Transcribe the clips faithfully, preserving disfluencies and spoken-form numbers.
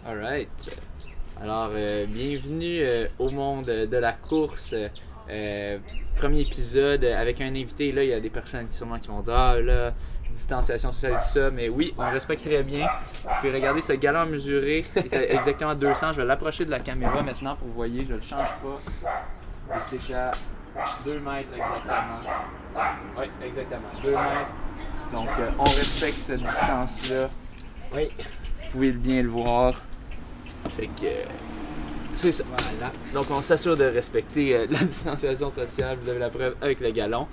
Alright. Alors, euh, bienvenue euh, au monde de la course. Euh, premier épisode avec un invité. Là, il y a des personnes qui sûrement qui vont dire ah là, distanciation sociale et tout ça. Mais oui, on respecte très bien. Vous pouvez regarder ce galant mesuré. Il est exactement deux cents. Je vais l'approcher de la caméra maintenant pour que vous voyez. Je ne le change pas. Et c'est à deux mètres exactement. Oui, exactement. deux mètres. Donc, euh, on respecte cette distance-là. Oui. Vous pouvez bien le voir. Fait que. Euh, c'est ça. Voilà. Donc, on s'assure de respecter euh, la distanciation sociale. Vous avez la preuve avec le galon.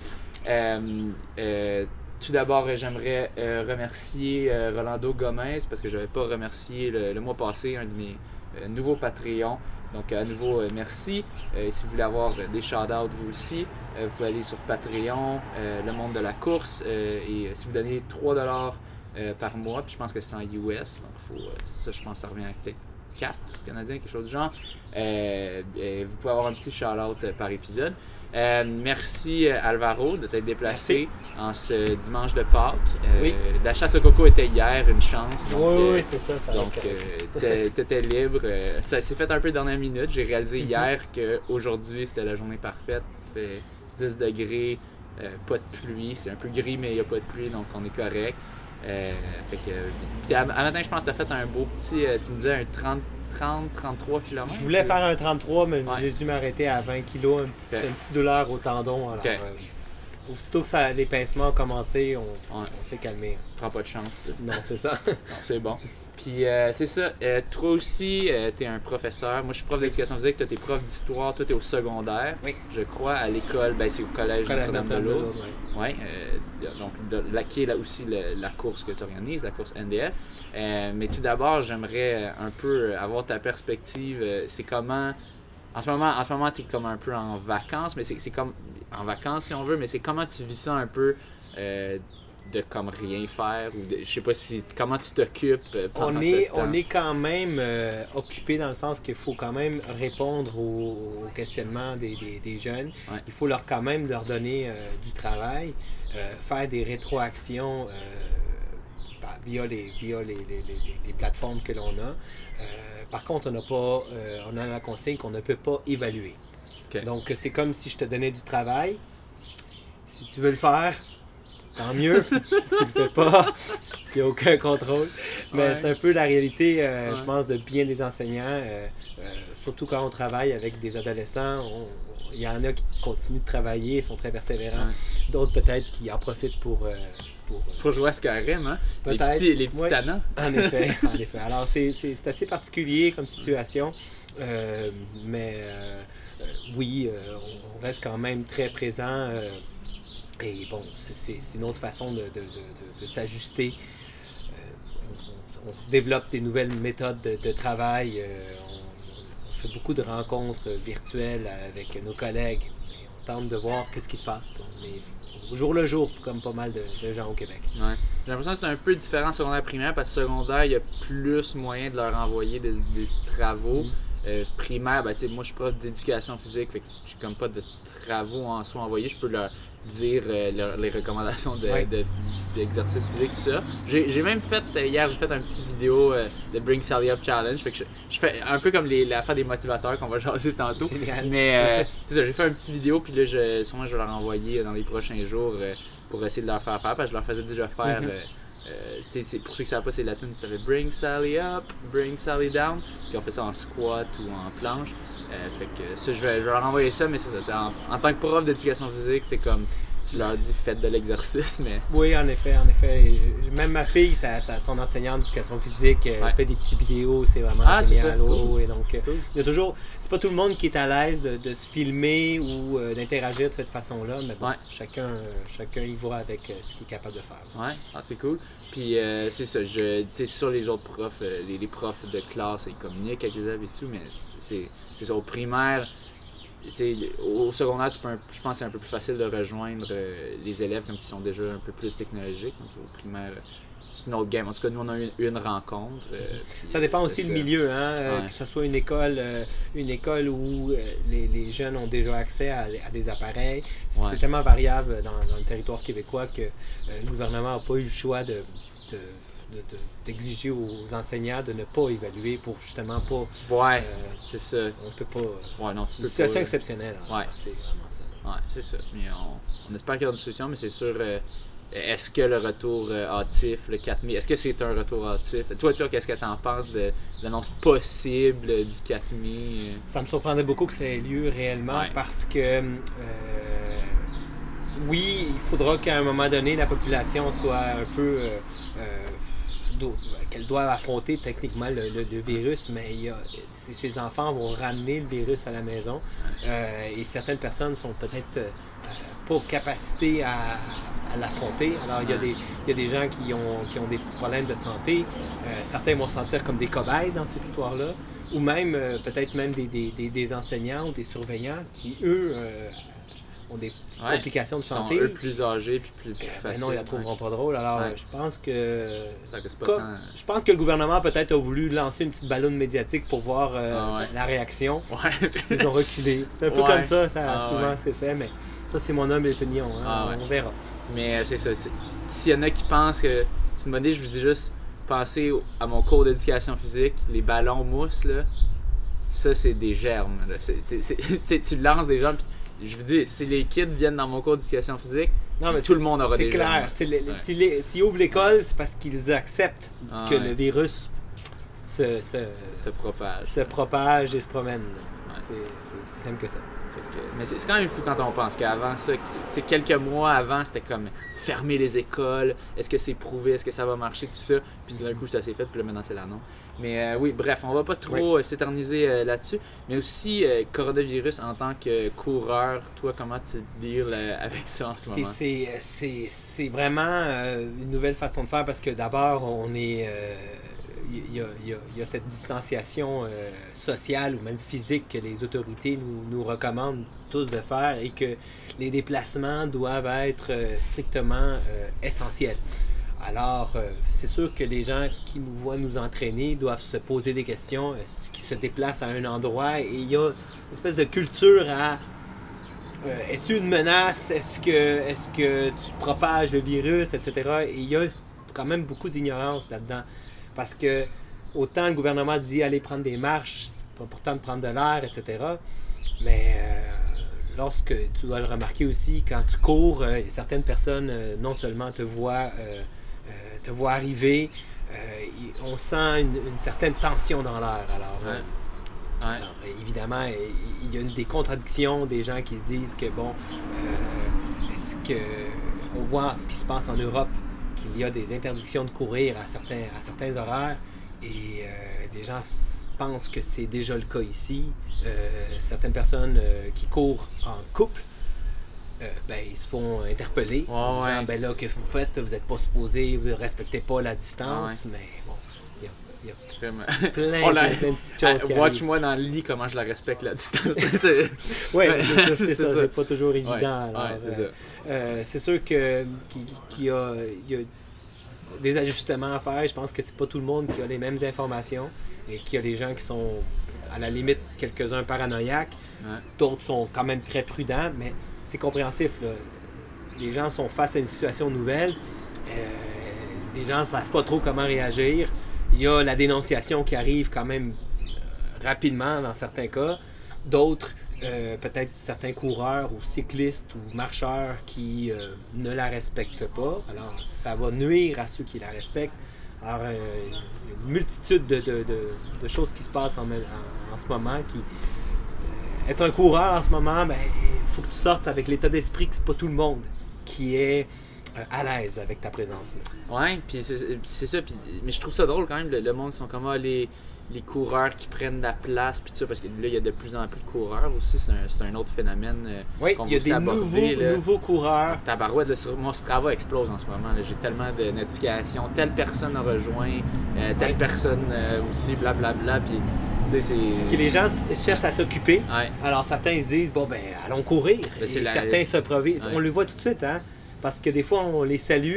Euh, euh, tout d'abord, j'aimerais euh, remercier euh, Rolando Gomez parce que je n'avais pas remercié le, le mois passé un de mes euh, nouveaux Patreons. Donc, à nouveau, euh, merci. Euh, si vous voulez avoir euh, des shout-outs vous aussi, euh, vous pouvez aller sur Patreon, euh, le monde de la course. Euh, et euh, si vous donnez trois dollars euh, par mois, puis je pense que c'est en U S, donc faut, euh, ça, je pense que ça revient à peut-être quatre Canadiens, quelque chose du genre. Euh, euh, vous pouvez avoir un petit shout-out euh, par épisode. Euh, merci euh, Alvaro de t'être déplacé merci. En ce dimanche de Pâques. Euh, oui. La chasse au coco était hier, une chance. Donc, oui, euh, oui, c'est ça. ça donc, euh, t'étais libre. Euh, ça s'est fait un peu dernière minute. J'ai réalisé hier qu'aujourd'hui, c'était la journée parfaite. Il fait dix degrés, euh, pas de pluie. C'est un peu gris, mais il n'y a pas de pluie, donc on est correct. Euh, fait que, puis à, à matin, je pense que tu as fait un beau petit, euh, tu me disais un trente trente-trois kilomètres. Je voulais faire un trente-trois, mais ouais. j'ai dû m'arrêter à vingt kilos, une petite, okay. une petite douleur au tendon. Alors, okay. euh, aussitôt que ça, les pincements ont commencé, on, ouais. on s'est calmé. Prends pas de chance. Là. Non, c'est ça. Non, c'est bon. Puis euh, c'est ça, euh, toi aussi, euh, tu es un professeur. Moi, je suis prof d'éducation physique, toi, tu es prof d'histoire, toi, tu es au secondaire. Oui. Je crois, à l'école, ben, c'est au collège, collège Notre-Dame-de-Lourdes. Oui, ouais, euh, donc de, là, qui est là aussi le, la course que tu organises, la course N D L. Euh, mais tout d'abord, j'aimerais un peu avoir ta perspective. Euh, c'est comment. En ce moment, en ce moment tu es comme un peu en vacances, mais c'est, c'est comme. En vacances, si on veut, mais c'est comment tu vis ça un peu. Euh, de comme rien faire ou de, je sais pas si comment tu t'occupes pendant on est ce temps. On est quand même euh, occupé dans le sens qu'il faut quand même répondre aux, aux questionnements des, des, des jeunes. Ouais. Il faut leur quand même leur donner euh, du travail, euh, faire des rétroactions euh, bah, via, les, via les, les, les, les plateformes que l'on a. Euh, par contre, on n'a pas euh, on a la consigne qu'on ne peut pas évaluer. Okay. Donc c'est comme si je te donnais du travail. Si tu veux le faire, tant mieux. Si tu le fais pas, il n'y a aucun contrôle. Mais ouais. c'est un peu la réalité, euh, ouais. je pense, de bien des enseignants. Euh, euh, surtout quand on travaille avec des adolescents, il y en a qui continuent de travailler, sont très persévérants. Ouais. D'autres peut-être qui en profitent pour... Euh, pour, pour jouer à Skyrim, hein? Les petits, les petits ouais. tannants. En effet, en effet. Alors c'est, c'est, c'est assez particulier comme situation. Euh, mais euh, euh, oui, euh, on reste quand même très présent. Euh, Et bon, c'est, c'est une autre façon de, de, de, de, de s'ajuster. Euh, on, on développe des nouvelles méthodes de, de travail. Euh, on, on fait beaucoup de rencontres virtuelles avec nos collègues. Et on tente de voir qu'est-ce qui se passe. On est au jour le jour, comme pas mal de, de gens au Québec. Ouais. J'ai l'impression que c'est un peu différent secondaire primaire parce que secondaire, il y a plus moyen de leur envoyer des, des travaux. Mm. Euh, primaire, ben, moi je suis prof d'éducation physique, fait que j'ai comme pas de travaux en soi envoyés, je peux leur dire euh, leur, les recommandations de, ouais. de, d'exercice physique, tout ça. J'ai, j'ai même fait, euh, hier j'ai fait un petit vidéo euh, de Bring Sally Up Challenge, fait que je, je fais un peu comme les, l'affaire des motivateurs qu'on va jaser tantôt. Génial. Mais euh, c'est ça, j'ai fait un petit vidéo, puis là je, sûrement je vais leur envoyer dans les prochains jours euh, pour essayer de leur faire faire, parce que je leur faisais déjà faire. Mm-hmm. euh, Euh, c'est, pour ceux qui ne savent pas, c'est la tune qui s'appelle Bring Sally Up, Bring Sally Down. Puis on fait ça en squat ou en planche. Euh, fait que ça, je vais, je vais leur envoyer ça, mais c'est ça. En, en tant que prof d'éducation physique, c'est comme tu leur dis faites de l'exercice. Mais... Oui, en effet, en effet. Même ma fille, ça, ça, son enseignante d'éducation physique, elle ouais. fait des petites vidéos, c'est vraiment ah, génial. C'est ça. Cool. Et donc, cool. il y a toujours. C'est pas tout le monde qui est à l'aise de, de se filmer ou euh, d'interagir de cette façon-là, mais bon, ouais. chacun, chacun y va avec euh, ce qu'il est capable de faire. Ouais, ah, c'est cool. Puis euh, c'est ça, je, c'est sur les autres profs, euh, les, les profs de classe, ils communiquent avec les élèves et tout, mais c'est, c'est ça, au primaire, au secondaire, tu peux un, je pense que c'est un peu plus facile de rejoindre euh, les élèves comme qui sont déjà un peu plus technologiques. Au primaire, c'est une autre game. En tout cas, nous, on a eu une, une rencontre. Euh, ça dépend aussi du milieu, hein? Ouais. Que ce soit une école, euh, une école où euh, les, les jeunes ont déjà accès à, à des appareils. C'est, ouais. c'est tellement variable dans, dans le territoire québécois que euh, le gouvernement n'a pas eu le choix de, de de, de, d'exiger aux enseignants de ne pas évaluer pour justement pas... Ouais, euh, c'est ça. On peut pas... Ouais, non, tu C'est peux une situation pas. exceptionnelle. hein. Ouais. C'est vraiment ça. Ouais, c'est ça. Mais on, on espère qu'il y aura une solution, mais c'est sûr. euh, est-ce que le retour euh, hâtif, le quatre mai, est-ce que c'est un retour hâtif? Toi, toi, qu'est-ce que tu en penses de l'annonce possible du quatre mai? Ça me surprendrait beaucoup que ça ait lieu réellement Ouais. parce que euh, oui, il faudra qu'à un moment donné, la population soit un peu... euh, euh, do- qu'elle doit affronter techniquement le, le- le virus, mais il y a, ces, ces enfants vont ramener le virus à la maison euh, et certaines personnes sont peut-être euh, pas aux capacités à, à l'affronter. Alors, il y a des, il y a des gens qui ont, qui ont des petits problèmes de santé. Euh, certains vont se sentir comme des cobayes dans cette histoire-là. Ou même, euh, peut-être même des, des, des, des enseignants ou des surveillants qui, eux, euh, ont des petites Ouais. complications de Ils sont santé. eux plus âgés puis plus, plus Ben faciles. non, ils la trouveront pas drôle. Alors, Ouais. euh, je pense que... Ça reste pas Comme- tant- Je pense que le gouvernement peut-être a voulu lancer une petite ballonne médiatique pour voir euh, Ah ouais. la réaction. Ouais. Ils ont reculé. C'est un peu Ouais. comme ça, ça Ah souvent ouais. c'est fait, mais ça c'est mon humble opinion. hein. Ah ouais. On verra. Mais euh, c'est ça. c'est- S'il y en a qui pensent que c'est une bonne idée, je vous dis juste pensez au- à mon cours d'éducation physique, les ballons mousse, là, ça c'est des germes. Là. C'est, c'est, c'est, c'est- tu lances des germes. Puis je vous dis, si les kids viennent dans mon cours d'éducation physique, Non, mais tout le c'est- monde aura c'est des clair. germes. C'est le- Ouais. si les- S'ils ouvrent l'école, c'est parce qu'ils acceptent Ah que ouais. le virus se, se, Ça propage. se propage et se promène. Ouais. C'est c'est aussi simple que ça. Fait que- mais c'est c'est quand même fou quand on pense qu'avant ça, tu sais, quelques mois avant, c'était comme fermer les écoles, est-ce que c'est prouvé, est-ce que ça va marcher, tout ça. Puis tout d'un coup, ça s'est fait, puis là maintenant c'est là non. Mais euh, oui, bref, on va pas trop euh, s'éterniser euh, là-dessus. Mais aussi, euh, coronavirus en tant que coureur, toi, comment tu deals euh, avec ça en ce Et moment? c'est, c'est, c'est vraiment euh, une nouvelle façon de faire parce que d'abord, on est. Il y, a, y a- y a cette distanciation euh, sociale ou même physique que les autorités nous, nous recommandent tous de faire et que les déplacements doivent être euh, strictement euh, essentiels. Alors, euh, c'est sûr que les gens qui nous voient nous entraîner doivent se poser des questions, est-ce qu'ils se déplacent à un endroit et il y a une espèce de culture à euh, es-tu une menace? Est-ce que, est-ce que tu propages le virus, et cetera. Et il y a quand même beaucoup d'ignorance là-dedans. Parce que autant le gouvernement dit aller prendre des marches, c'est important de prendre de l'air, et cetera. Mais euh, lorsque tu dois le remarquer aussi, quand tu cours, euh, certaines personnes euh, non seulement te voient, euh, euh, te voient arriver, euh, y- on sent une, une certaine tension dans l'air. Alors, Ouais. euh, Ouais. alors, évidemment, il y a une des contradictions des gens qui se disent que, bon, euh, est-ce que on voit ce qui se passe en Europe, qu'il y a des interdictions de courir à certains, à certains horaires, et euh, les gens s- pensent que c'est déjà le cas ici. Euh, certaines personnes euh, qui courent en couple, euh, ben, ils se font interpeller en Ouais, disant, ouais. ben là, que vous faites, vous n'êtes pas supposé, vous ne respectez pas la distance, Ah mais bon, il y a, il y a Vraiment. plein, On la- plein, plein de petites choses qui arrivent. Watch-moi dans le lit comment je la respecte la distance. C'est- Oui, Ouais. c'est ça, c'est C'est ça, ça. c'est pas toujours évident. Ouais, alors, ouais, c'est euh, euh, c'est sûr que qu'il qu'il y a, il y a des ajustements à faire. Je pense que c'est pas tout le monde qui a les mêmes informations et qu'il y a des gens qui sont à la limite quelques-uns paranoïaques, Ouais. d'autres sont quand même très prudents, mais c'est compréhensif, là. Les gens sont face à une situation nouvelle. Euh, les gens ne savent pas trop comment réagir. Il y a la dénonciation qui arrive quand même euh, rapidement dans certains cas. D'autres, euh, peut-être certains coureurs ou cyclistes ou marcheurs qui euh, ne la respectent pas. Alors, ça va nuire à ceux qui la respectent. Alors, euh, il y a une multitude de, de- de- de choses qui se passent en, en- en ce moment. Qui, euh, être un coureur en ce moment, ben, il faut que tu sortes avec l'état d'esprit que c'est pas tout le monde qui est euh, à l'aise avec ta présence. là. Ouais, puis c'est, puis c'est ça. Puis, mais je trouve ça drôle quand même, le, le monde sont comme ah, les, les coureurs qui prennent la place, puis tout ça, parce que là, il y a de plus en plus de coureurs aussi. C'est un, c'est un autre phénomène euh, Oui, qu'on il y a va aussi des aborder, nouveaux, là. nouveaux coureurs. Tabarouette, là, sur mon Strava explose en ce moment. là. J'ai tellement de notifications. Telle personne a rejoint, euh, telle Ouais. personne euh, vous suit, blablabla. Puis, tu sais, c'est. Que les gens cherchent à s'occuper. Ouais. Alors certains ils se disent, bon ben allons courir. Ben, c'est Et la- certains se provisent. Ouais. On le voit tout de suite, hein. Parce que des fois on les salue,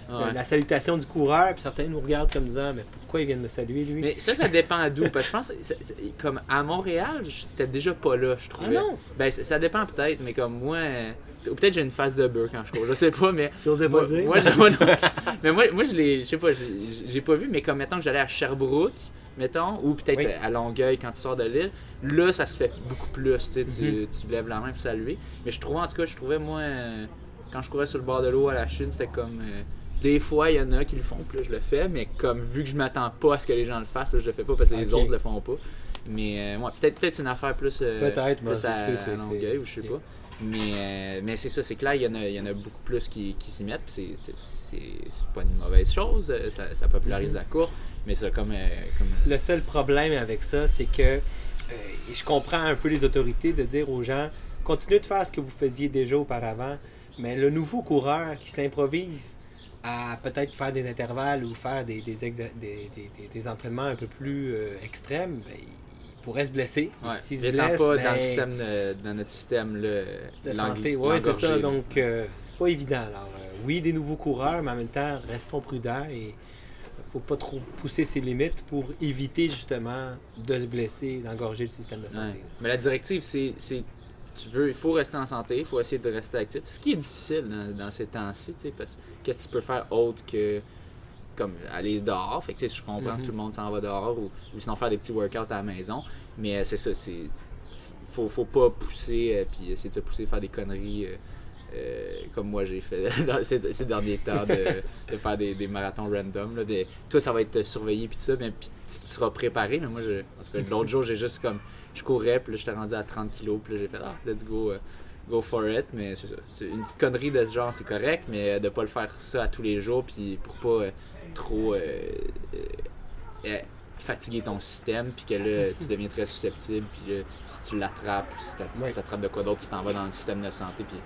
Ouais. la salutation du coureur, puis certains nous regardent comme disant, mais pourquoi il vient de me saluer, lui? Mais ça, ça dépend d'où. Parce que je pense, que c'est- c'est- comme à Montréal, je- c'était déjà pas là, je Ah trouvais. non? Ben, ça, ça dépend peut-être, mais comme moi, euh, ou peut-être j'ai une face de beurre quand je cours, je sais pas, mais. J'osais pas Moi, dire. moi, j'ai- moi, non. mais moi, moi je l'ai, je sais pas, j'ai j'ai pas vu, mais comme mettons que j'allais à Sherbrooke, mettons, ou peut-être Oui. à Longueuil quand tu sors de l'île, là, ça se fait beaucoup plus, tu sais, tu, Mhm. tu lèves la main pour saluer. Mais je trouvais, en tout cas, je trouvais, moi, euh, quand je courais sur le bord de l'eau à la Chine, c'était comme. euh, des fois, il y en a qui le font, puis là, je le fais, mais comme vu que je m'attends pas à ce que les gens le fassent, là, je le fais pas parce que les Ok. autres le font pas. Mais euh, ouais, peut-être peut-être c'est une affaire plus, euh, Peut-être, mais plus à, écoutez, c'est- à Longueuil, ou je sais c'est- pas. Mais, euh, mais c'est ça, c'est clair, il y en a, il y en a beaucoup plus qui, qui s'y mettent. Puis c'est, c'est, c'est pas une mauvaise chose, euh, ça, ça popularise Mhm. la course, mais c'est comme, euh, comme. Le seul problème avec ça, c'est que euh, et je comprends un peu les autorités de dire aux gens, continuez de faire ce que vous faisiez déjà auparavant, mais le nouveau coureur qui s'improvise à peut-être faire des intervalles ou faire des, des, exa- des, des- des- des entraînements un peu plus euh, extrêmes, ben, il pourrait se blesser. Ouais, S'il se n'étant blesse, pas ben, dans, le système de- dans notre système là, de l'ang- santé. Oui, c'est ça. l'engorgé. Donc, euh, c'est pas évident. Alors, euh, oui, des nouveaux coureurs, mais en même temps, restons prudents et il faut pas trop pousser ses limites pour éviter justement de se blesser, d'engorger le système de santé. Ouais. Mais la directive, c'est, c'est tu veux, il faut rester en santé, il faut essayer de rester actif. Ce qui est difficile dans, dans ces temps-ci, tu sais, parce que qu'est-ce que tu peux faire autre que comme aller dehors. Fait que tu sais, je comprends Mhm. que tout le monde s'en va dehors ou, ou sinon faire des petits workouts à la maison. Mais euh, c'est ça, c'est faut, faut pas pousser euh, puis essayer de se pousser faire des conneries. euh, euh, comme moi j'ai fait dans ces, ces derniers temps de, de faire des, des marathons random là, de- toi ça va être surveillé puis tout ça, mais puis tu, tu seras préparé, mais moi je, en tout cas l'autre jour j'ai juste comme je courais puis là j'étais rendu à trente kilos puis là j'ai fait ah let's go euh, go for it, mais c'est ça, c'est une petite connerie de ce genre, c'est correct, mais de pas le faire ça à tous les jours puis pour pas euh, trop euh, euh, euh, fatiguer ton système puis que là tu deviens très susceptible puis là si tu l'attrapes ou si Ouais. tu attrapes de quoi d'autre tu t'en vas dans le système de santé puis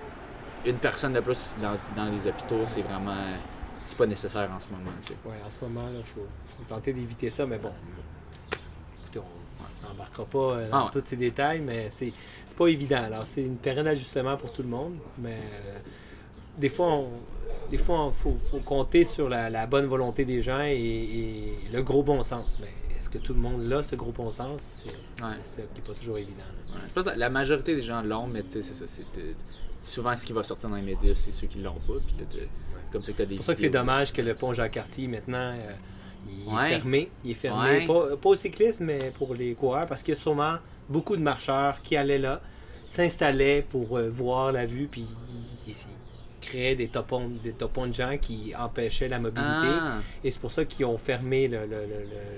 une personne de plus dans, dans les hôpitaux, c'est vraiment. C'est pas nécessaire en ce moment. Tu sais. Ouais, en ce moment, il faut, faut tenter d'éviter ça, mais bon. Écoutez, on n'embarquera pas euh, dans Ah ouais. tous ces détails, mais c'est c'est pas évident. Alors, c'est une période d'ajustement pour tout le monde, mais euh, des fois, on, des fois, il faut, faut compter sur la, la bonne volonté des gens et, et le gros bon sens. Mais est-ce que tout le monde a ce gros bon sens? C'est Ouais. c'est ça qui n'est pas toujours évident. là. Ouais, je pense que la majorité des gens l'ont, mais tu sais, c'est ça. C'est, euh, souvent, ce qui va sortir dans les médias, c'est ceux qui l'ont pas. Puis là, tu- c'est comme ça que t'as des. C'est pour ça que c'est vidéos. dommage que le pont Jacques-Cartier, maintenant, euh, il est Ouais. fermé. Il est fermé, Ouais. pas, pas aux cyclistes, mais pour les coureurs, parce qu'il y a sûrement beaucoup de marcheurs qui allaient là, s'installaient pour euh, voir la vue, puis ils, ils créaient des topons, des topons de gens qui empêchaient la mobilité. Ah, Et c'est pour ça qu'ils ont fermé le... le, le, le-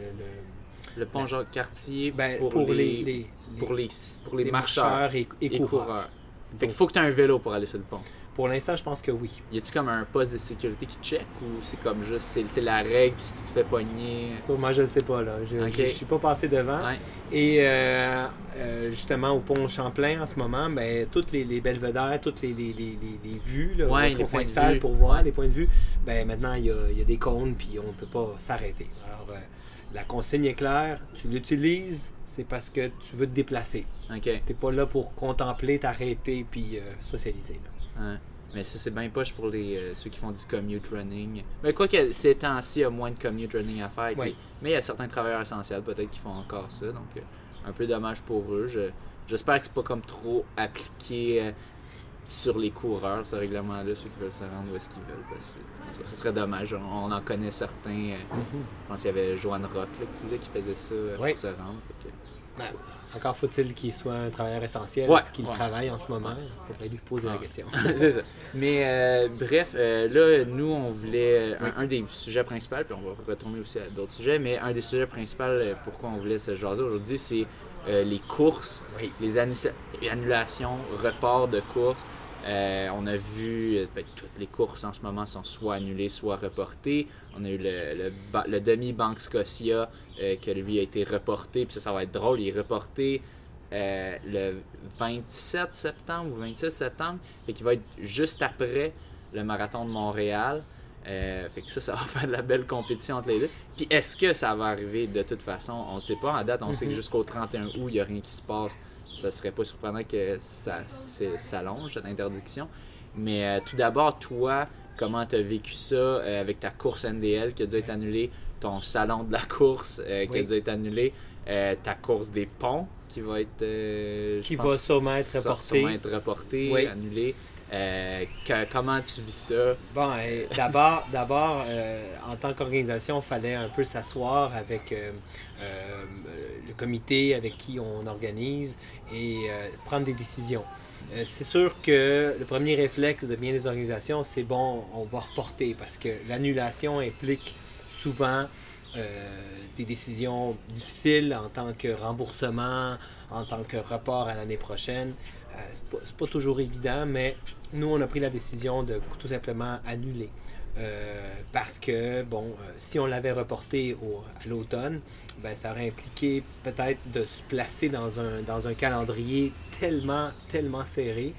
le- le pont Jacques-Cartier ben, pour, pour, les, les, les- pour les, pour les, les marcheurs, marcheurs et, et et coureurs. coureurs. Fait Donc, qu'il faut que tu aies un vélo pour aller sur le pont. pour l'instant, je pense que oui. Y a-tu comme un poste de sécurité qui check ou c'est comme juste, c'est, c'est la règle, puis si tu te fais pogner. Sûrement, je ne sais pas. Là. Je ne Ok. suis pas passé devant. Ouais. Et euh, euh, justement, au pont Champlain, en ce moment, ben, toutes les, les belvédères, toutes les, les, les, les, les vues, là, Ouais, où est-ce les qu'on points de s'installe vue. pour voir Ouais. les points de vue, ben, maintenant, il y a, il y a des cônes, puis on ne peut pas s'arrêter. Alors, euh, la consigne est claire. Tu l'utilises, c'est parce que tu veux te déplacer. Ok. Tu n'es pas là pour contempler, t'arrêter, puis euh, socialiser. là. Ouais. Mais ça, c'est bien poche pour les, euh, ceux qui font du commute running. Mais quoi que ces temps-ci, il y a moins de commute running à faire. Oui. Mais il y a certains travailleurs essentiels peut-être qui font encore ça. Donc, euh, un peu dommage pour eux. Je- j'espère que c'est pas comme trop appliqué euh, sur les coureurs, ce règlement-là, ceux qui veulent se rendre où est-ce qu'ils veulent. Parce que, en tout cas, ce serait dommage. On, on en connaît certains. euh, je pense qu'il y avait Joanne Rock là, que tu disais qui faisait ça euh, Oui. pour se rendre. Fait que- Ben, encore faut-il qu'il soit un travailleur essentiel. Ouais, Est-ce qu'il ouais. travaille en ce moment? Il faudrait lui poser la Ah. question. C'est ça. Mais euh, bref, euh, là, nous, on voulait. Un, un des sujets principaux, puis on va retourner aussi à d'autres sujets, mais un des sujets principaux, euh, pourquoi on voulait se jaser aujourd'hui, c'est euh, les courses, Oui. les annu- annulations, reports de courses. Euh, on a vu euh, ben, toutes les courses en ce moment sont soit annulées, soit reportées. On a eu le, le, ba- le demi-Banque Scotia euh, que lui a été reporté, puis ça, ça va être drôle, il est reporté euh, le vingt-sept septembre ou vingt-six septembre, fait qu'il va être juste après le marathon de Montréal. Euh, fait que ça, ça va faire de la belle compétition entre les deux. Puis est-ce que ça va arriver de toute façon? On ne sait pas. En date, on sait que Mhm. jusqu'au trente et un août, il n'y a rien qui se passe. Ça serait pas surprenant que ça c'est- s'allonge, cette interdiction. Mais euh, tout d'abord, toi, comment tu as vécu ça euh, avec ta course N D L qui a dû être annulée, ton salon de la course euh, qui oui. a dû être annulé, euh, ta course des ponts qui va être euh, qui va sûrement être reportée, sûrement être reportée, oui. annulée. Euh, que, comment tu vis ça? Bon, euh, d'abord, d'abord euh, en tant qu'organisation, il fallait un peu s'asseoir avec euh, euh, le comité avec qui on organise et euh, prendre des décisions. Euh, c'est sûr que le premier réflexe de bien des organisations, c'est bon, on va reporter parce que l'annulation implique souvent euh, des décisions difficiles en tant que remboursement, en tant que report à l'année prochaine. Euh, c'est pas, c'est pas toujours évident, mais nous, on a pris la décision de tout simplement annuler. Euh, parce que, bon, euh, si on l'avait reporté au, à l'automne, ben, ça aurait impliqué peut-être de se placer dans un, dans un calendrier tellement, tellement serré.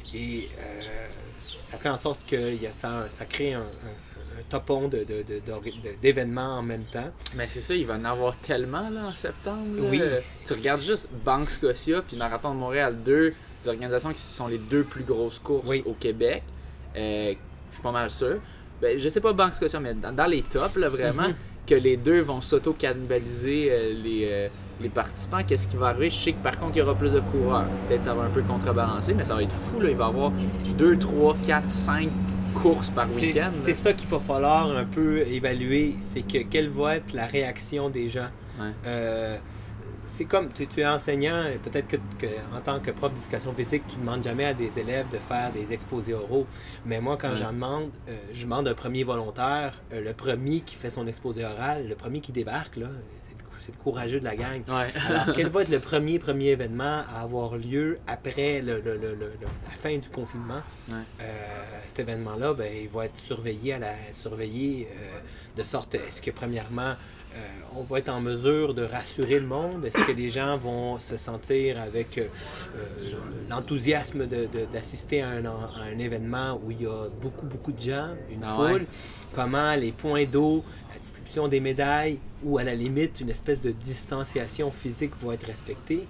Et euh, ça fait en sorte que y a, ça, ça crée un, un, un topon de, de, de, de, d'événements en même temps. Mais c'est ça, il va en avoir tellement là, en septembre. Là. Oui. Tu regardes juste Banque Scotia puis Marathon de Montréal, deux des organisations qui sont les deux plus grosses courses oui. au Québec. Euh, je suis pas mal sûr. Ben, je sais pas Banque Scotia, mais dans, dans les tops, là, vraiment, mm-hmm. que les deux vont s'auto-cannibaliser euh, les, euh, les participants. Qu'est-ce qui va arriver? Je sais que par contre, il y aura plus de coureurs. Peut-être ça va un peu contrebalancer, mais ça va être fou. Là. Il va y avoir deux, trois, quatre, cinq courses par c'est, week-end. C'est là. Ça qu'il va falloir un peu évaluer. C'est que quelle va être la réaction des gens. Ouais. Euh, c'est comme, tu, tu es enseignant, et peut-être que, que en tant que prof d'éducation physique, tu ne demandes jamais à des élèves de faire des exposés oraux. Mais moi, quand ouais. j'en demande, euh, je demande un premier volontaire, euh, le premier qui fait son exposé oral, le premier qui débarque, là, c'est, c'est le courageux de la gang. Ouais. Alors, quel va être le premier, premier événement à avoir lieu après le, le, le, le, le, la fin du confinement? Ouais. Euh, cet événement-là, ben, il va être surveillé, à la, surveillé euh, de sorte, est-ce que premièrement, Euh, on va être en mesure de rassurer le monde? Est-ce que les gens vont se sentir avec euh, l'enthousiasme de, de, d'assister à un, à un événement où il y a beaucoup, beaucoup de gens, une ah foule? Ouais. Comment les points d'eau, la distribution des médailles ou à la limite une espèce de distanciation physique vont être respectées?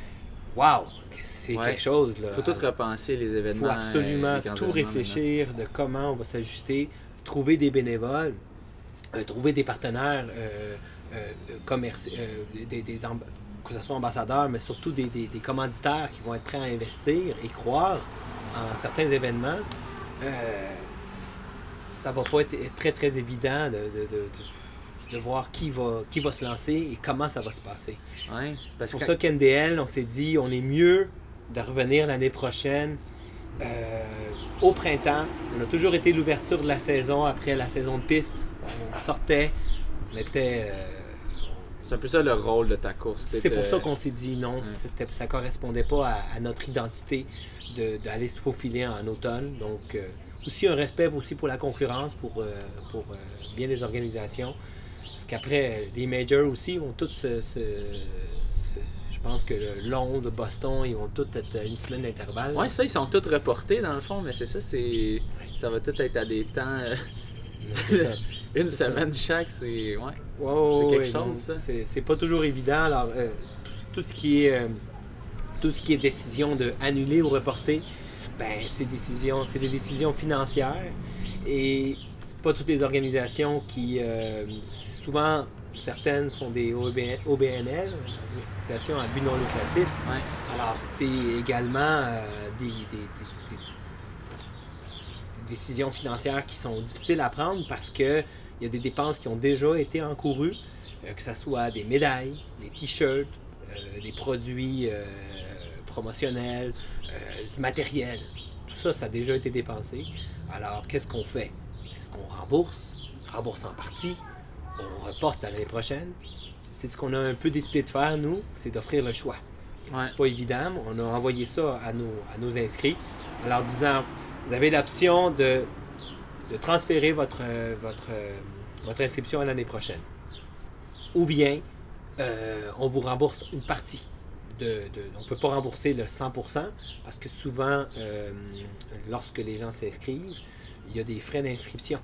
Wow! C'est ouais. quelque chose. Il faut tout repenser les événements. Il faut absolument euh, tout réfléchir maintenant. De comment on va s'ajuster, trouver des bénévoles. Euh, trouver des partenaires euh, euh, commerci- euh, des, des amb- que ce soit ambassadeurs, mais surtout des, des, des commanditaires qui vont être prêts à investir et croire en certains événements. Euh, ça va pas être très très évident de, de, de, de, de voir qui va, qui va se lancer et comment ça va se passer. Ouais, parce C'est pour que... ça qu'N D L, on s'est dit, on est mieux de revenir l'année prochaine. Euh, au printemps, on a toujours été l'ouverture de la saison après la saison de piste. On sortait, on était. Euh, c'est un peu ça le rôle de ta course. C'est pour ça qu'on s'est dit non, ouais. c'était, ça correspondait pas à, à notre identité de, d'aller se faufiler en automne. Donc, euh, aussi un respect aussi pour la concurrence, pour, euh, pour euh, bien des organisations. Parce qu'après, les majors aussi vont tous se. se Je pense que le Londres, Boston, ils vont tous être à une semaine d'intervalle. Oui, ça, ils sont tous reportés dans le fond, mais c'est ça, c'est ça va tout être à des temps. Euh... C'est ça. Une c'est semaine ça. chaque, c'est. Ouais. Wow, c'est quelque ouais, chose, donc, ça. C'est, c'est pas toujours évident. Alors, euh, tout, tout, ce qui est, euh, tout ce qui est décision de annuler ou reporter, ben, c'est, décision, c'est des décisions financières. Et c'est pas toutes les organisations qui. Euh, souvent, certaines sont des O B N L, organisations à but non lucratif. Ouais. Alors, c'est également euh, des, des, des, des, des décisions financières qui sont difficiles à prendre parce qu'il y a des dépenses qui ont déjà été encourues, euh, que ce soit des médailles, des t-shirts, euh, des produits euh, promotionnels, euh, du matériel. Tout ça, ça a déjà été dépensé. Alors, qu'est-ce qu'on fait? Est-ce qu'on rembourse? Rembourse en partie? On reporte à l'année prochaine. C'est ce qu'on a un peu décidé de faire, nous, c'est d'offrir le choix. Ouais. C'est pas évident. On a envoyé ça à nos, à nos inscrits en leur disant, vous avez l'option de, de transférer votre, votre, votre inscription à l'année prochaine. Ou bien, euh, on vous rembourse une partie. De, de, on ne peut pas rembourser le cent pour cent parce que souvent, euh, lorsque les gens s'inscrivent, il y a des frais d'inscription.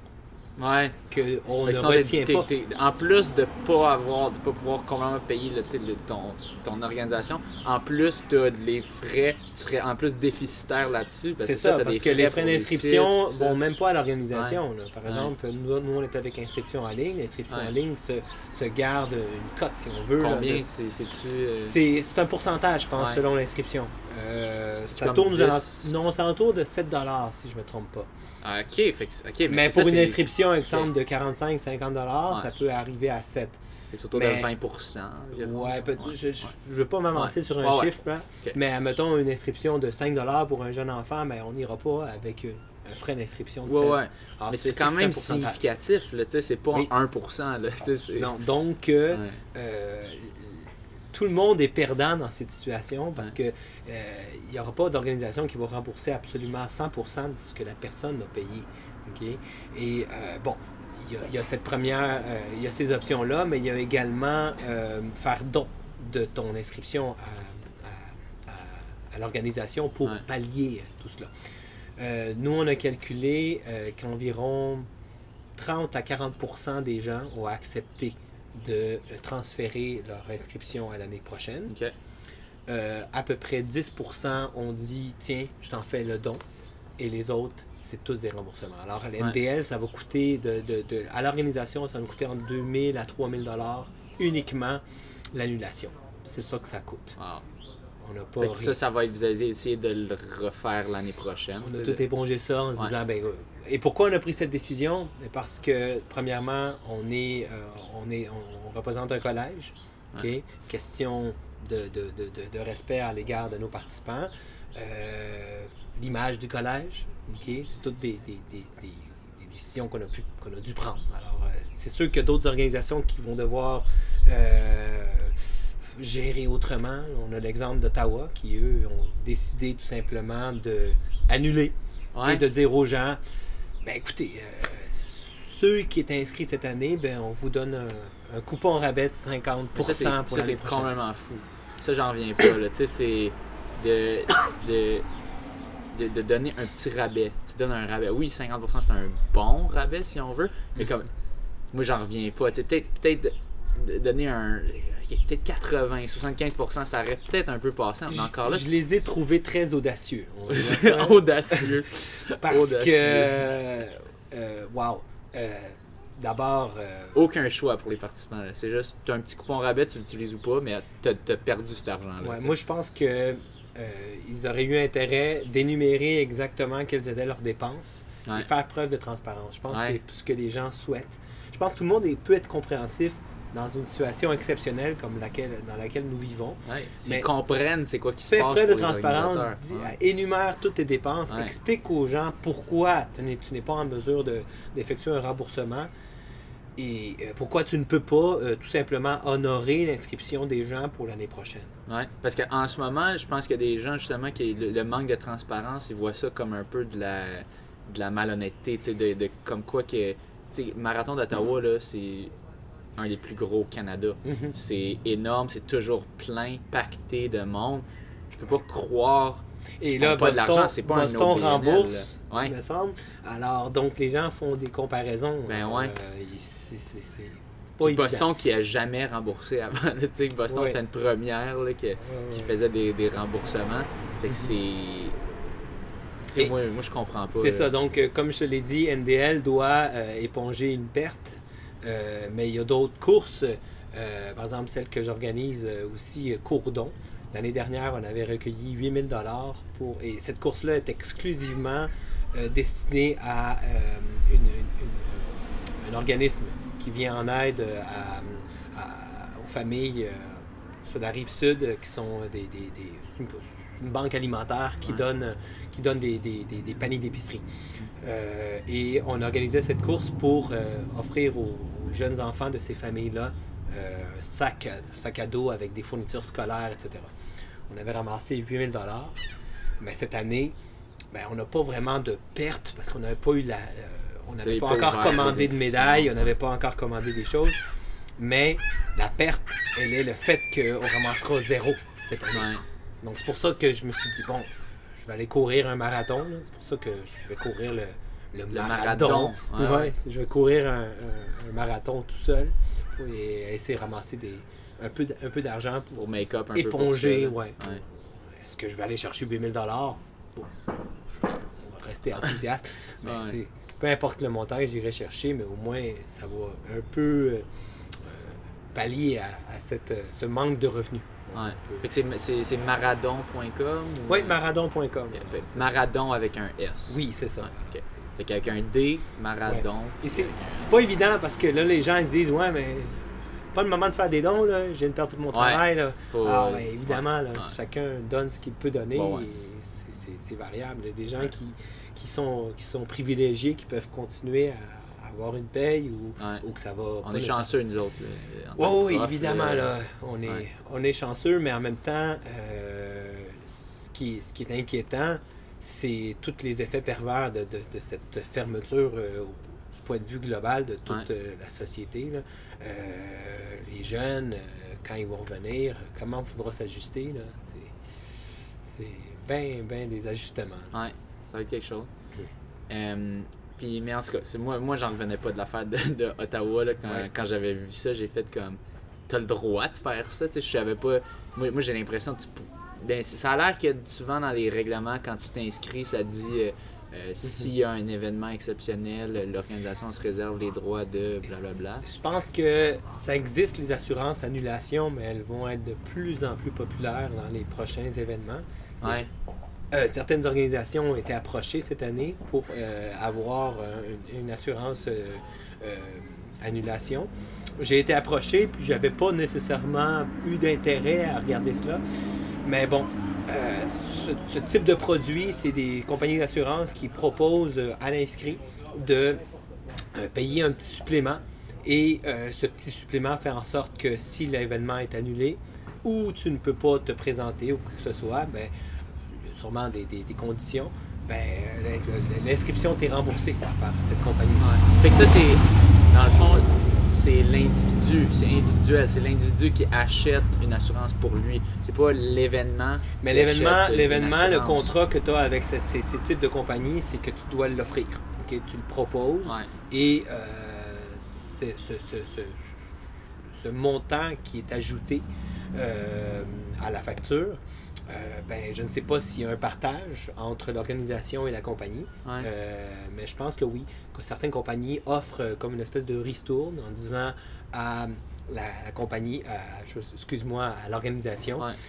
Ouais. qu'on Fait ne que sinon, retient t'es- pas. t'es- t'es- en plus de pas avoir, de pas pouvoir complètement payer là, tu sais, le- ton, ton organisation, en plus tu as les frais, tu serais en plus déficitaire là-dessus. parce C'est que ça, t'as parce des que les frais pour les d'inscription sites, tout vont ça. même pas à l'organisation. là. Par Ouais. exemple, nous, nous, on est avec inscription en ligne. L'inscription Ouais. en ligne se, se garde une cote, si on veut. là, Combien de- c'est, c'est-tu euh, C'est c'est un pourcentage, je pense, Ouais. selon l'inscription. Euh, C'est ça comme tourne aux dix? alent- non, c'est autour de sept dollars, si je me trompe pas. Ah, ok, fait que, ok, mais, Mais c'est pour ça, une c'est- inscription, exemple, de quarante-cinq à cinquante dollars, Ouais. ça peut arriver à sept. C'est c'est autour mais- de vingt pour cent. environ. Ouais, peut- Ouais. je ne veux pas m'avancer Ouais. sur un Ouais, ouais. chiffre, là, Ok. mais admettons une inscription de cinq dollars pour un jeune enfant, ben, on n'ira pas avec une- un frais d'inscription de Ouais, sept. ouais. Alors, Mais c'est c'est quand c'est même un pourcentage. significatif, là, tu sais, c'est pas Oui. un pour cent. Là, tu sais, c'est- Non, donc, euh, Ouais. euh, tout le monde est perdant dans cette situation parce Ouais. que euh, il n'y aura pas d'organisation qui va rembourser absolument cent pour cent de ce que la personne a payé. OK? Et euh, bon, il y, a, il y a cette première, euh, il y a ces options-là, mais il y a également euh, faire don de ton inscription à, à- à- à l'organisation pour Ouais. pallier tout cela. Euh, nous, on a calculé euh, qu'environ trente à quarante pour cent des gens ont accepté de euh, transférer leur inscription à l'année prochaine. Ok. Euh, à peu près dix pour cent ont dit tiens, je t'en fais le don. Et les autres, c'est tous des remboursements. Alors, à l'N D L, ça va coûter, de, de, de- à l'organisation, ça va coûter entre deux mille à trois mille dollars uniquement l'annulation. C'est ça que ça coûte. Wow. On n'a pas Fait que rien. ça, ça va être, vous allez essayer de le refaire l'année prochaine. On tu a sais, tout épongé ça en se Ouais. disant, ben, euh, et pourquoi on a pris cette décision? Parce que, premièrement, on est, euh, on est, on, on représente un collège, ok? Ouais. Question de, de, de, de, de respect à l'égard de nos participants, euh, l'image du collège, ok? C'est toutes des, des, des, des, des décisions qu'on a pu, qu'on a dû prendre. Alors, euh, c'est sûr qu'il y a d'autres organisations qui vont devoir euh, gérer autrement. On a l'exemple d'Ottawa qui, eux, ont décidé tout simplement de annuler Ouais. et de dire aux gens, ben écoutez, euh, ceux qui étaient inscrits cette année, ben on vous donne un, un coupon rabais de cinquante Mais pour ça, c'est, cent pour ça, l'année c'est prochaine. complètement fou. Ça, j'en reviens pas. Là. Tu sais, c'est de, de, de, de donner un petit rabais. Tu donnes un rabais. Oui, cinquante pour cent, c'est un bon rabais, si on veut. Mais comme, moi, j'en reviens pas. Tu sais, peut-être, peut-être de- de donner un... Peut-être quatre-vingts, soixante-quinze pour cent, ça aurait peut-être un peu passé. Mais encore là, Je les ai trouvés très audacieux. On dirait c'est ça. audacieux. Parce audacieux. que, euh, euh, wow, euh, d'abord, euh, Aucun choix pour les participants. là. C'est juste, tu as un petit coupon rabais, tu l'utilises ou pas, mais tu as perdu cet argent-là. ouais, tu sais. moi je pense que euh, ils auraient eu intérêt d'énumérer exactement quelles étaient leurs dépenses Ouais. et faire preuve de transparence. Je pense Ouais. que c'est ce que les gens souhaitent. Je pense que tout le monde est- peut être compréhensif dans une situation exceptionnelle comme laquelle, dans laquelle nous vivons. Ouais. S'ils Mais- comprennent c'est quoi qui se Fais passe preuve de pour les transparence, organisateurs. dis- Ouais. énumère toutes tes dépenses, Ouais. explique aux gens pourquoi tu n'es, tu n'es pas en mesure de- d'effectuer un remboursement et euh, pourquoi tu ne peux pas euh, tout simplement honorer l'inscription des gens pour l'année prochaine. Ouais, parce qu'en ce moment, je pense qu'il y a des gens justement qui le, le manque de transparence, ils voient ça comme un peu de la, de la malhonnêteté, tu sais, de, de comme quoi que, tu sais, Marathon d'Ottawa là, c'est un des plus gros au Canada. Mhm. C'est énorme, c'est toujours plein, pacté de monde. Je peux pas croire. Et Ils là, font pas de Boston, l'argent, c'est pas un Boston O B N L, rembourse, là. Ouais. il me semble. Alors, donc, les gens font des comparaisons. Ben Alors, ouais. euh, il- c'est, c'est- c'est pas Puis évident. Boston qui a jamais remboursé avant, là, tu sais, Boston Ouais. c'était une première là, que- Ouais, qui ouais. faisait des, des remboursements. Fait que Mhm. c'est. Tu sais, Et- moi, moi je comprends pas. C'est là. ça. Donc, euh, comme je te l'ai dit, N D L doit euh, éponger une perte. Euh, mais il y a d'autres courses. Euh, par exemple, celle que j'organise euh, aussi, euh, Courdon. L'année dernière, on avait recueilli huit mille dollars pour. Et cette course-là est exclusivement euh, destinée à euh, une- une- une- un organisme qui vient en aide à, à- aux familles euh, sur la rive sud euh, qui sont des, des- des- une, une banque alimentaire qui Ouais. donne, qui donne des, des- des- des paniers d'épicerie. Euh, et on organisait cette course pour euh, offrir aux, aux jeunes enfants de ces familles-là euh, sac, à- sac à dos avec des fournitures scolaires, et cetera. On avait ramassé huit mille dollars, mais cette année, ben, on n'a pas vraiment de perte parce qu'on n'avait pas eu la, euh, on n'avait avez pas pas encore ouvert commandé les de médailles, inscriptions. on n'avait pas encore commandé des choses, mais la perte, elle est le fait qu'on ramassera zéro cette année. Ouais. Donc c'est pour ça que je me suis dit, bon, je vais aller courir un marathon. là. C'est pour ça que je vais courir le le, Le marathon. marathon, ouais, Ouais, ouais. c'est- je vais courir un, un- un marathon tout seul et essayer de ramasser des, un peu, d- un peu d'argent pour Pour make-up un éponger. peu pour ça, Ouais. là. Ouais. Est-ce que je vais aller chercher huit mille dollars? Bon, on va rester enthousiaste. Mais Ouais. tu sais, peu importe le montant que j'irai chercher, mais au moins ça va un peu euh, pallier à, à cette, euh, ce manque de revenus. Ouais. Fait que c'est, c'est, c'est maradon point com ou... Oui, maradon point com. Ok, fait que Maradon avec un S. Oui, c'est ça. Ouais, ok. Fait qu'avec un D, Maradon. Et c'est c'est pas évident parce que là, les gens ils disent ouais, mais pas le moment de faire des dons, là. Je viens de perdre tout mon travail. Là. Faut, Alors, euh, ben, évidemment, ouais, là, ouais. chacun donne ce qu'il peut donner Bon, ouais. et c'est- c'est c'est variable. Il y a des gens qui, qui, sont, qui sont privilégiés, qui peuvent continuer à avoir une paye ou, Ouais. ou que ça va. On pas est nécessairement- chanceux, nous autres. là, en Oui, tant que oui, prof, évidemment, là. là, on, est, ouais. on est chanceux, mais en même temps, euh, ce, qui, ce qui est inquiétant, c'est tous les effets pervers de, de, de cette fermeture euh, au- du point de vue global de toute Ouais. euh, la société. Là. Euh, les jeunes, euh, quand ils vont revenir, comment il faudra s'ajuster. Là. C'est, c'est bien, bien des ajustements. là. Ouais, ça va être quelque chose. Oui. Euh, puis, mais en tout cas, c'est, moi, moi j'en revenais pas de l'affaire de, de Ottawa. Là, quand, Ouais. quand j'avais vu ça, j'ai fait comme, t'as le droit de faire ça. Tu sais, je savais pas. Moi, moi j'ai l'impression que tu pou- ben, c'est- ça a l'air que souvent dans les règlements, quand tu t'inscris, ça dit euh, euh, s'il y a un événement exceptionnel, l'organisation se réserve les droits de blablabla. Je pense que ça existe, les assurances annulation, mais elles vont être de plus en plus populaires dans les prochains événements. Ouais. Euh, certaines organisations ont été approchées cette année pour euh, avoir euh, une, une assurance euh, euh, annulation. J'ai été approché, puis j'avais pas nécessairement eu d'intérêt à regarder cela. Mais bon, euh, ce, ce type de produit, c'est des compagnies d'assurance qui proposent euh, à l'inscrit de euh, payer un petit supplément. Et euh, ce petit supplément fait en sorte que si l'événement est annulé ou tu ne peux pas te présenter ou quoi que ce soit, ben, il y a sûrement des, des- des conditions, ben, l'inscription t'est remboursée par cette compagnie. Ouais. Fait que ça, c'est, dans le fond, c'est l'individu, c'est individuel, c'est l'individu qui achète une assurance pour lui. C'est pas l'événement. Mais qui l'événement, achète une l'événement, le assurance. contrat que tu as avec cette- ces, ces types de compagnies, c'est que tu dois l'offrir. ok? Tu le proposes Ouais. et euh, c'est- ce, ce, ce, ce montant qui est ajouté euh, à la facture, euh, ben, je ne sais pas s'il y a un partage entre l'organisation et la compagnie, Ouais. euh, mais je pense que oui, que certaines compagnies offrent euh, comme une espèce de ristourne en disant à la, la compagnie, à- je- excuse-moi, à l'organisation, Ouais.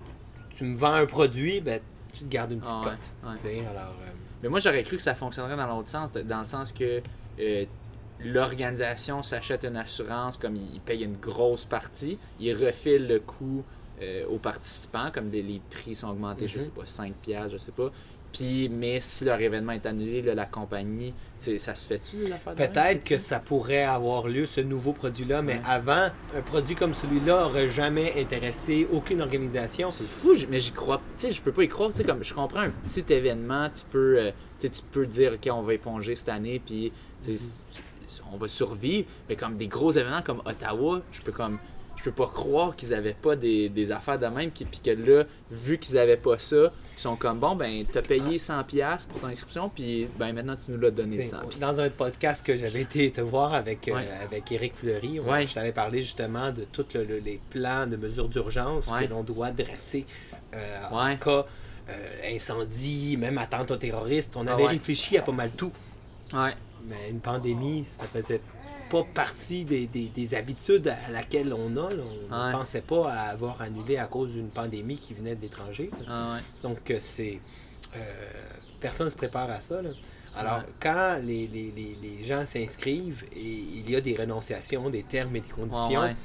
tu me vends un produit, ben, tu te gardes une petite Ah ouais, cote. ouais. Tu sais, alors, euh, Mais moi, j'aurais cru que ça fonctionnerait dans l'autre sens, dans le sens que euh, l'organisation s'achète une assurance, comme il paye une grosse partie, il refile le coût euh, aux participants, comme les, les prix sont augmentés, je Mhm. sais pas, cinq piastres, je sais pas. Puis, mais si leur événement est annulé, là, la compagnie, c'est, ça se fait-tu l'affaire de même, peut-être que c'est-tu? ça pourrait avoir lieu, ce nouveau produit-là, mais Ouais. avant, un produit comme celui-là aurait jamais intéressé aucune organisation. C'est fou, j- mais j'y crois. Tu sais, je peux pas y croire. Tu sais, comme je comprends un petit événement, tu peux, euh, tu sais, tu peux dire, OK, on va éponger cette année, puis tu sais, c- on va survivre. Mais comme des gros événements comme Ottawa, je peux comme. Je peux pas croire qu'ils avaient pas des, des affaires de même, qui- puis que là, vu qu'ils avaient pas ça, ils sont comme, bon, ben, t'as payé cent piastres pour ton inscription, puis ben, maintenant, tu nous l'as donné T'sais, cent piastres. dans un podcast que j'avais été te voir avec, euh, Ouais. avec Éric Fleury, on- Ouais. je t'avais parlé justement de tous le- le- les plans de mesures d'urgence Ouais. que l'on doit dresser euh, Ouais. en cas euh, incendie, même attentat terroriste. On Ah avait ouais. réfléchi à pas mal tout. Ouais. Mais une pandémie, ça faisait pas partie des, des- des habitudes à laquelle on a. là. On ne Ouais. pensait pas à avoir annulé à cause d'une pandémie qui venait de l'étranger. là. Ah ouais. Donc, euh, c'est. euh, personne ne se prépare à ça. là. Alors, Ouais. quand les, les- les- les gens s'inscrivent et il y a des renonciations, des termes et des conditions, Ouais, ouais.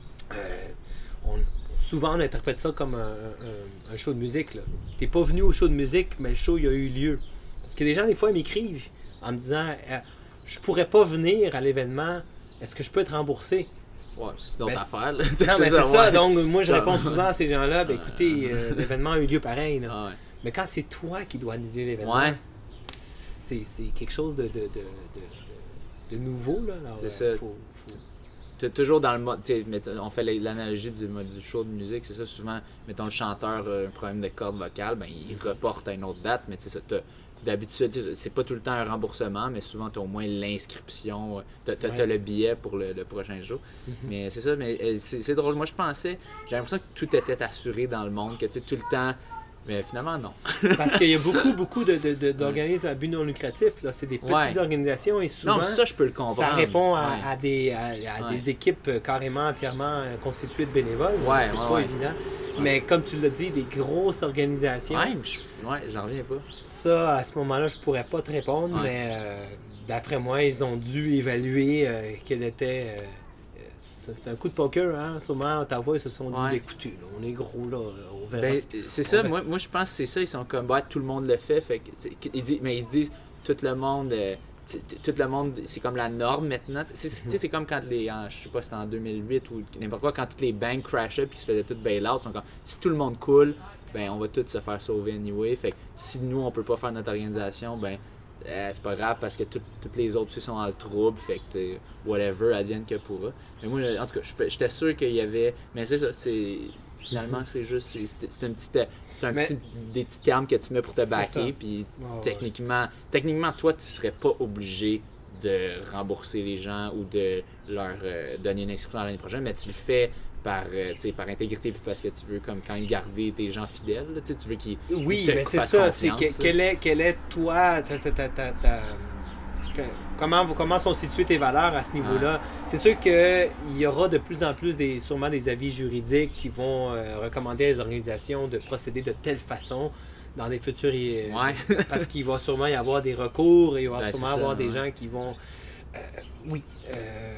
euh, on- souvent on interprète ça comme un, un- un show de musique. Tu n'es pas venu au show de musique, mais le show il a eu lieu. Parce que les gens, des fois, m'écrivent en me disant euh, je pourrais pas venir à l'événement, est-ce que je peux être remboursé? Ouais, c'est une autre Ben, affaire. Là. Non, mais c'est ça. ouais. Donc, moi, je Ça- réponds souvent à ces gens-là ben, Ouais. écoutez, euh, l'événement a eu lieu pareil. là. Ah ouais. Mais quand c'est toi qui dois annuler l'événement, Ouais. c'est c'est quelque chose de, de, de, de, de- de nouveau. Là. Alors, C'est euh, ça. faut- faut- t'es toujours dans le mode, on fait l'analogie du, du show de musique, c'est ça, souvent, mettons le chanteur a un problème de corde vocale, ben il reporte à une autre date, mais tu sais, d'habitude, c'est pas tout le temps un remboursement, mais souvent tu as au moins l'inscription, tu as, ouais. le billet pour le, le prochain jour. Mm-hmm. Mais c'est ça, mais c'est drôle, moi je pensais, j'ai l'impression que tout était assuré dans le monde, que tu sais, tout le temps. Mais finalement, non. Parce qu'il y a beaucoup, beaucoup de, de, de, d'organismes à but non lucratif. C'est des petites ouais. organisations et souvent, non, ça, je peux le comprendre. Ça répond à, ouais. à, des, à, à ouais. des équipes carrément entièrement constituées de bénévoles. Ouais, c'est ouais, pas ouais. évident. Ouais. Mais comme tu l'as dit, des grosses organisations. Ouais, je, ouais, j'en reviens pas. Ça, à ce moment-là, je pourrais pas te répondre, ouais. mais euh, d'après moi, ils ont dû évaluer euh, quel était... Euh, c'est un coup de poker, hein? Sûrement, Ottawa, ils se sont dit, ouais. écoutez, là, on est gros, là, on verra. Ben, c'est ça, moi, moi je pense que c'est ça, ils sont comme, bah, tout le monde le fait, fait que, ils disent, mais ils se disent, tout le monde, euh, tout le monde, c'est comme la norme maintenant. C'est mm-hmm. comme quand les, en, je sais pas, c'était en deux mille huit ou n'importe quoi, quand toutes les banques crashaient puis se faisaient tout bail-out, ils sont comme, si tout le monde coule, ben, on va tous se faire sauver anyway, fait que si nous, on peut pas faire notre organisation, ben, Euh, c'est pas grave parce que toutes les autres aussi sont dans le trouble, fait que whatever, advienne que pourra. Mais moi, en tout cas, j'étais sûr qu'il y avait. Mais c'est ça, c'est. Finalement, c'est juste. C'est un petit. C'est un mais, petit, des petits termes que tu mets pour te backer, puis oh, techniquement, ouais. techniquement, toi, tu serais pas obligé de rembourser les gens ou de leur euh, donner une inscription l'année prochaine, mais tu le fais par, euh, par intégrité puis parce que tu veux comme quand même garder tes gens fidèles, là, tu veux qu'ils oui, mais c'est ça, c'est que, quel est quel est toi ta, ta, ta, ta, ta, que, comment comment sont situées tes valeurs à ce niveau-là. Ouais. C'est sûr que il y aura de plus en plus des sûrement des avis juridiques qui vont euh, recommander à les organisations de procéder de telle façon dans des futurs euh, ouais. parce qu'il va sûrement y avoir des recours et il va ben, sûrement y avoir ouais. des gens qui vont euh, oui euh,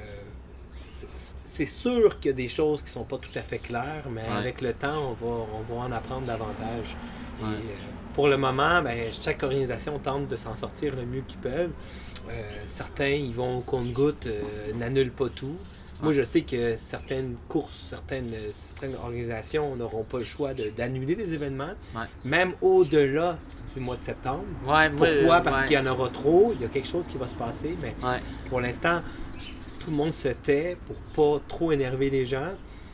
c'est sûr qu'il y a des choses qui sont pas tout à fait claires, mais ouais. avec le temps, on va, on va en apprendre davantage. Ouais. Et, euh, pour le moment, ben, chaque organisation tente de s'en sortir le mieux qu'ils peuvent. Euh, certains, ils vont au compte-gouttes, euh, n'annulent pas tout. Ouais. Moi, je sais que certaines courses, certaines, certaines organisations n'auront pas le choix d'annuler des événements, ouais. même au-delà du mois de septembre. Ouais, Pourquoi? Ouais. Parce qu'il y en aura trop, il y a quelque chose qui va se passer, mais ouais. pour l'instant, tout le monde se tait pour pas trop énerver les gens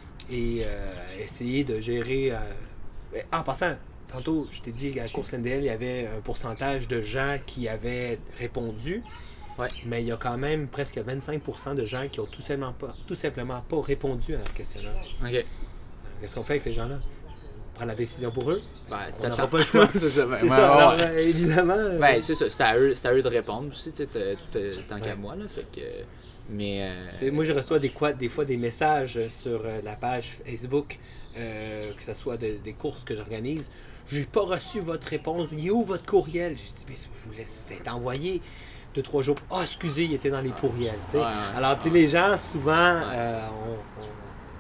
et euh, essayer de gérer... Euh... En passant, tantôt, je t'ai dit qu'à la course N D L, il y avait un pourcentage de gens qui avaient répondu, ouais. mais il y a quand même presque vingt-cinq pour cent de gens qui ont tout simplement pas, tout simplement pas répondu à notre questionnaire. Okay. Qu'est-ce qu'on fait avec ces gens-là? On prend la décision pour eux? Ben, on n'aura pas le choix. c'est ça, ben, c'est ouais, ça. Ouais, alors, ouais. évidemment... Ben, c'est ça. C'est à, eux, à eux de répondre aussi, tant qu'à ouais. moi, là, fait que... Mais euh... moi, je reçois des, quoi, des fois des messages sur euh, la page Facebook, euh, que ce soit de, des courses que j'organise. J'ai pas reçu votre réponse. Il est où votre courriel? J'ai dit, mais je vous laisse être envoyé deux, trois jours. Ah, oh, excusez, il était dans les courriels. Ouais, ouais, Alors, ouais. les gens, souvent, ouais. euh, on, on,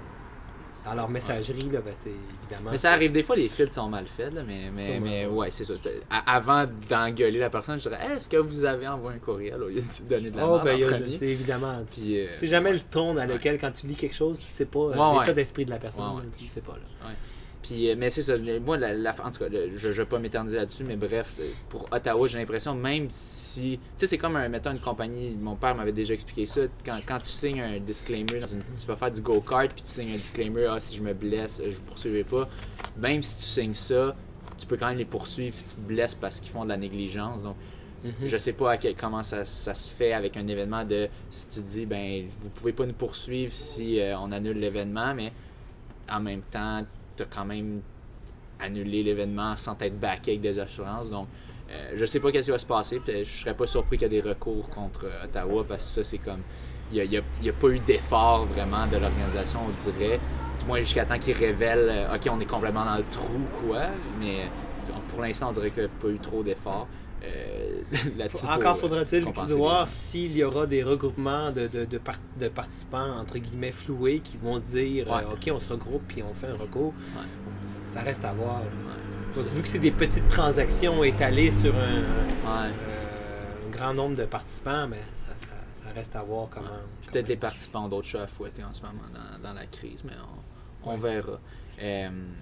dans leur messagerie, là, ben, c'est évidemment... Mais ça arrive, des fois, les filtres sont mal faits, là, mais, mais, mais ouais, c'est ça. Avant d'engueuler la personne, je dirais, hey, est-ce que vous avez envoyé un courriel au lieu de donner de la oh, merde ben, en premier? C'est évidemment. Puis, euh... C'est jamais le ton dans lequel, ouais. quand tu lis quelque chose, tu sais pas euh, ouais, l'état ouais. d'esprit de la personne. Ouais, ouais. Là, tu ne sais pas. Là. Ouais. Puis, mais c'est ça, moi, la, la, en tout cas, le, je ne vais pas m'éterniser là-dessus, mais bref, pour Ottawa, j'ai l'impression, même si, tu sais, c'est comme, un, mettons, une compagnie, mon père m'avait déjà expliqué ça, quand, quand tu signes un disclaimer, dans une, tu vas faire du go-kart, puis tu signes un disclaimer, ah, si je me blesse, je ne poursuivrai pas, même si tu signes ça, tu peux quand même les poursuivre si tu te blesses parce qu'ils font de la négligence, donc mm-hmm. je sais pas à quel, comment ça, ça se fait avec un événement de, si tu dis, ben, vous pouvez pas nous poursuivre si euh, on annule l'événement, mais en même temps, tu as quand même annulé l'événement sans t'être backé avec des assurances. Donc, euh, je sais pas qu'est-ce qui va se passer. Je serais pas surpris qu'il y ait des recours contre euh, Ottawa parce que ça, c'est comme... Il n'y a, a, a pas eu d'effort vraiment de l'organisation, on dirait. Du moins jusqu'à temps qu'ils révèlent euh, « OK, on est complètement dans le trou, quoi. » Mais pour l'instant, on dirait qu'il n'y a pas eu trop d'efforts. Euh, Encore faudra-t-il voir s'il y aura des regroupements de, de, de, part, de participants entre guillemets floués qui vont dire ouais. euh, OK, on se regroupe puis on fait un recours. Ouais. Ça reste à voir. Ouais. Donc, vu que c'est des petites transactions étalées sur un, ouais. euh, un grand nombre de participants, mais ça, ça, ça reste à voir comment. Ouais. Peut-être les participants ont d'autres chats à fouetter en ce moment dans, dans la crise, mais on, on ouais. verra. Euh,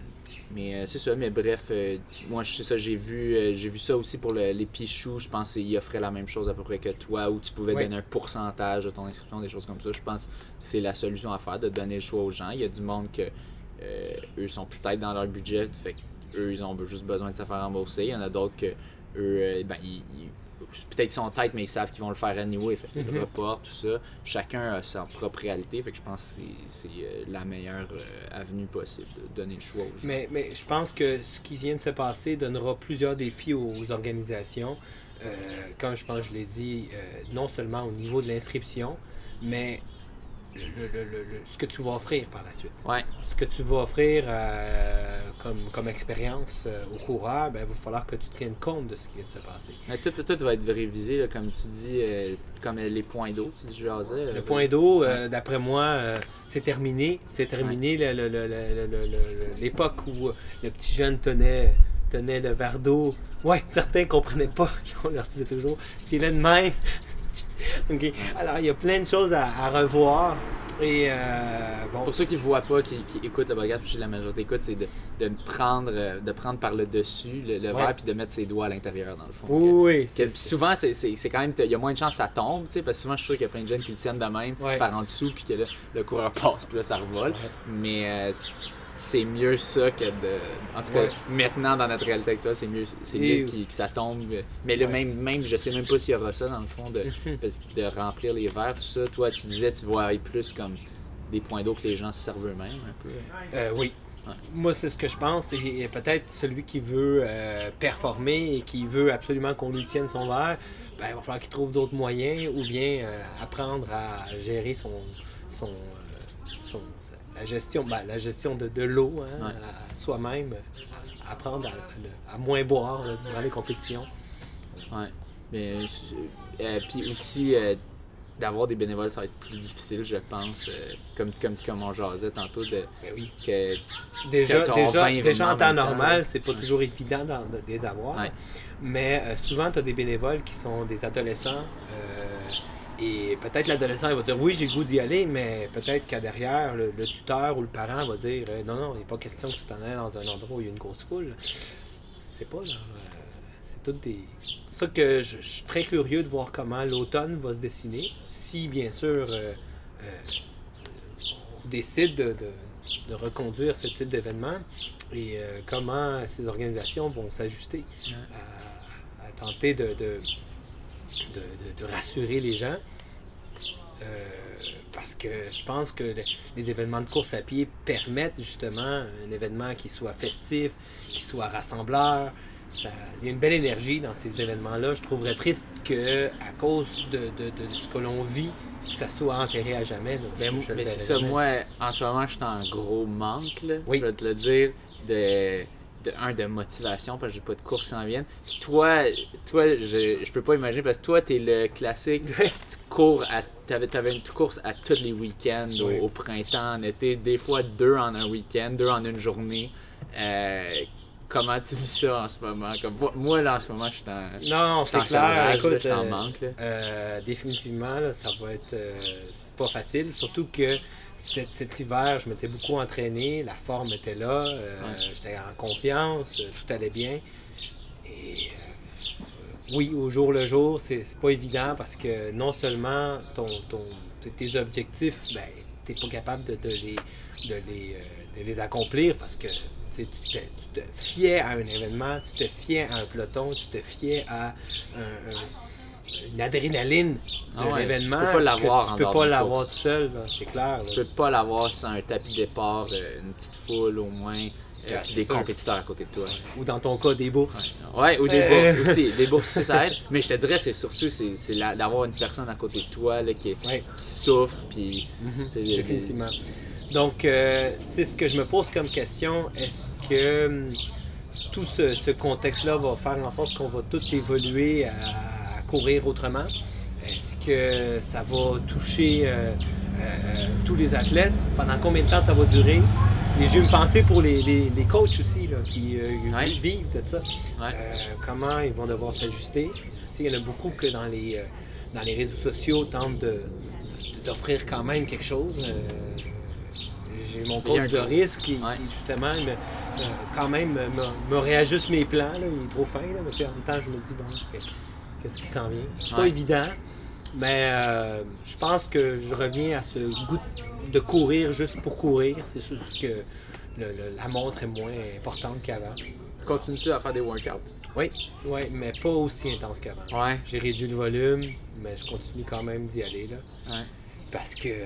Mais euh, c'est ça, mais bref, euh, moi c'est ça, j'ai vu euh, j'ai vu ça aussi pour le, les Pichous, je pense qu'ils offraient la même chose à peu près que toi, où tu pouvais Ouais. donner un pourcentage de ton inscription, des choses comme ça. Je pense que c'est la solution à faire, de donner le choix aux gens. Il y a du monde que euh, eux sont peut-être dans leur budget, fait qu'eux ils ont juste besoin de se faire rembourser. Il y en a d'autres que eux, euh, ben ils, ils peut-être ils sont en tête, mais ils savent qu'ils vont le faire anyway, fait qu'ils Mm-hmm. le reportent, tout ça. Chacun a sa propre réalité, fait que je pense que c'est, c'est euh, la meilleure euh, avenue possible de donner le choix aux gens. Mais, mais je pense que ce qui vient de se passer donnera plusieurs défis aux organisations. Euh, comme je pense que je l'ai dit, euh, non seulement au niveau de l'inscription, mais le, le, le, le, ce que tu vas offrir par la suite. Ouais. Ce que tu vas offrir euh, comme, comme expérience euh, aux coureurs, ben, il va falloir que tu tiennes compte de ce qui vient de se passer. Mais tout, tout, tout va être révisé, là, comme tu dis, euh, comme les points d'eau, tu dis, jasais. Le point d'eau, euh, d'après moi, euh, c'est terminé. C'est terminé le, le, le, le, le, le, l'époque où le petit jeune tenait, tenait le verre d'eau. Ouais, certains ne comprenaient pas. On leur disait toujours, tu es là de même. Okay. Alors, il y a plein de choses à, à revoir. Et euh, bon. Pour ceux qui ne voient pas, qui, qui écoutent le podcast, puis la majorité écoute, c'est de, de prendre de prendre par le dessus le, le Ouais. verre puis de mettre ses doigts à l'intérieur dans le fond. Oui, Que, c'est, que, puis souvent, c'est, c'est, c'est quand même, il y a moins de chances que ça tombe, tu sais, parce que souvent, je suis sûr qu'il y a plein de jeunes qui le tiennent de même, Ouais. par en dessous, puis que là, le coureur passe, puis là, ça revole. Ouais. Mais euh, c'est mieux ça que de. En tout cas, Ouais. maintenant, dans notre réalité actuelle, c'est mieux, c'est Et- mieux qu'il- que ça tombe. Mais là, Ouais. même, même, je sais même pas s'il y aura ça, dans le fond, de, de, de remplir les verres, tout ça. Toi, tu disais, tu vois plus comme des points d'eau que les gens se servent eux-mêmes, un peu. Euh, oui. Ouais. Moi, c'est ce que je pense. Et, et peut-être celui qui veut euh, performer et qui veut absolument qu'on lui tienne son verre, ben, il va falloir qu'il trouve d'autres moyens ou bien euh, apprendre à gérer son, son, euh, son la gestion, ben, la gestion de, de l'eau hein, Ouais. à soi-même, à- apprendre à, à moins boire là, durant les compétitions. Ouais. Mais euh, puis aussi euh, d'avoir des bénévoles, ça va être plus difficile, je pense. euh, comme, comme, comme on jasait tantôt, de, Ben oui. que Déjà, Quand tu vas avoir déjà, vingt déjà en événements temps en même temps, normal, là. c'est pas toujours évident d'en- de les avoir. Ouais. Mais euh, souvent, tu as des bénévoles qui sont des adolescents. euh, et peut-être l'adolescent il va dire oui, j'ai le goût d'y aller, mais peut-être qu'à derrière, le, le tuteur ou le parent va dire euh, non, non, il n'est pas question que tu t'en ailles dans un endroit où il y a une grosse foule. C'est pas, là. euh, c'est toutes des. C'est pour ça que je, je suis très curieux de voir comment l'automne va se dessiner. Si, bien sûr, euh, euh, on décide de, de, de reconduire ce type d'événement et euh, comment ces organisations vont s'ajuster Ouais. à, à tenter de, de, de, de- de rassurer les gens. Euh, parce que je pense que le- les événements de course à pied permettent justement un événement qui soit festif, qui soit rassembleur. Ça- il y a une belle énergie dans ces événements-là. Je trouverais triste que, à cause de, de- de ce que l'on vit, que ça soit enterré à jamais. Là. Ben, Je- je le mais c'est verrai ça, jamais. moi, en ce moment, je suis en gros manque, là, Oui. je vais te le dire, de, de, un, de motivation, parce que j'ai pas de course en vienne. Puis toi, toi je, je peux pas imaginer, parce que toi, t'es le classique, tu cours à, t'avais, t'avais une course à tous les week-ends, au- Oui. au, printemps, en été, des fois deux en un week-end, deux en une journée. Euh, comment tu vis ça en ce moment? Comme, moi, là, en ce moment, je suis en... Non, je suis en c'est clair. sevrage, là, Écoute, je suis en euh, manque, là. euh, définitivement, là, ça va être euh, c'est pas facile. Surtout que cet, cet hiver, je m'étais beaucoup entraîné, la forme était là, euh, Ouais. j'étais en confiance, euh, tout allait bien. Et euh, oui, au jour le jour, c'est c'est pas évident parce que non seulement ton, ton, tes objectifs, ben, t'es pas capable de, de les, de, les, euh, de les accomplir parce que tu sais, tu te, tu te fiais à un événement, tu te fiais à un peloton, tu te fiais à un- un- une adrénaline de Ah ouais, l'événement. tu peux pas l'avoir que en Tu peux dehors pas d'une l'avoir course. tout seul, là, c'est clair. là. Tu peux pas l'avoir sans un tapis de départ, euh, une petite foule au moins, euh, Ah, puis c'est des sûr. compétiteurs à côté de toi. Ou dans ton cas, des bourses. Ouais, ou des Euh. bourses aussi. Des bourses aussi, ça aide. Mais je te dirais, c'est surtout c'est, c'est la- d'avoir une personne à côté de toi là, qui, est- Ouais. qui souffre. Puis, Mhm, tu sais, définitivement. Donc, euh, c'est ce que je me pose comme question. Est-ce que hum, tout ce, ce contexte-là va faire en sorte qu'on va tout évoluer à, à courir autrement? Est-ce que ça va toucher euh, euh, tous les athlètes? Pendant combien de temps ça va durer? Et j'ai une pensée pour les, les, les coachs aussi là, qui euh, Ouais. vivent de ça. Ouais. Euh, comment ils vont devoir s'ajuster? Il y en a beaucoup que dans les, euh, dans les réseaux sociaux tentent de, d'offrir quand même quelque chose. Euh, j'ai mon Il y a coach un de gros- risque qui, Ouais. qui, justement, me, euh, quand même, me, me réajuste mes plans. Là. Il est trop fin, là, mais tu sais, en même temps, je me dis, bon, qu'est-ce qui s'en vient? C'est pas Ouais. évident, mais euh, je pense que je reviens à ce goût de courir juste pour courir. C'est sûr que le- le- la montre est moins importante qu'avant. Continues-tu à faire des workouts? Oui, oui, mais pas aussi intense qu'avant. Ouais. J'ai réduit le volume, mais je continue quand même d'y aller, là. Ouais. Parce que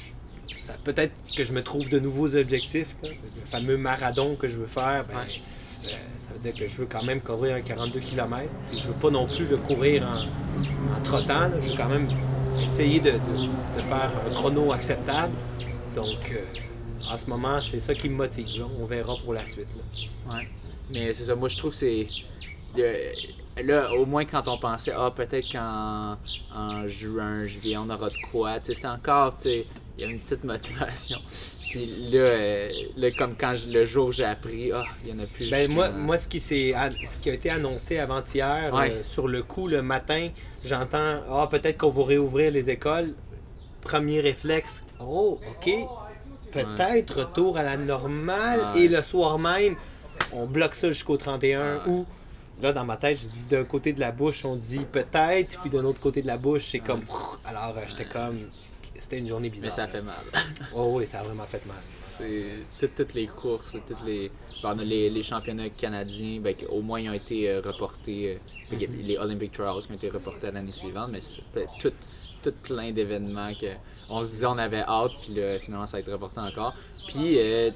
je- ça peut-être que je me trouve de nouveaux objectifs. Là. Le fameux marathon que je veux faire, ben, Ouais. euh, ça veut dire que je veux quand même courir un quarante-deux kilomètres. Je veux pas non plus le courir en, en trottant. Là. Je veux quand même essayer de, de- de faire un chrono acceptable. Donc, euh, en ce moment, c'est ça qui me motive. Là. On verra pour la suite. Là. Ouais. Mais c'est ça, moi je trouve que c'est. le- Là, au moins quand on pensait, ah, peut-être qu'en en juin, juillet, on aura de quoi. Tu sais, c'était encore, tu sais, il y a une petite motivation. Puis là, euh, là comme quand je- le jour j'ai appris, ah, il n'y en a plus. Ben, moi, justement. moi ce, qui s'est an- ce qui a été annoncé avant-hier, Ouais. euh, sur le coup, le matin, j'entends « Ah, peut-être qu'on va réouvrir les écoles. » Premier réflexe, « Oh, OK, peut-être retour à la normale. Ouais. Et le soir même, on bloque ça jusqu'au trente et un Ouais. ou là, dans ma tête, je dis d'un côté de la bouche, on dit « Peut-être. » Puis d'un autre côté de la bouche, c'est comme « Alors, euh, j'étais comme... C'était une journée bizarre. Mais ça là. fait mal. Oh oui, ça a vraiment fait mal. C'est toutes, toutes les courses, toutes les, bon, on a les, les championnats canadiens, ben, au moins ils ont été euh, reportés, euh, ben, il y a les Olympic Trials qui ont été reportés à l'année suivante, mais c'est peut- tout, tout plein d'événements que on se disait on avait hâte, puis là, finalement ça va être reporté encore. Puis euh,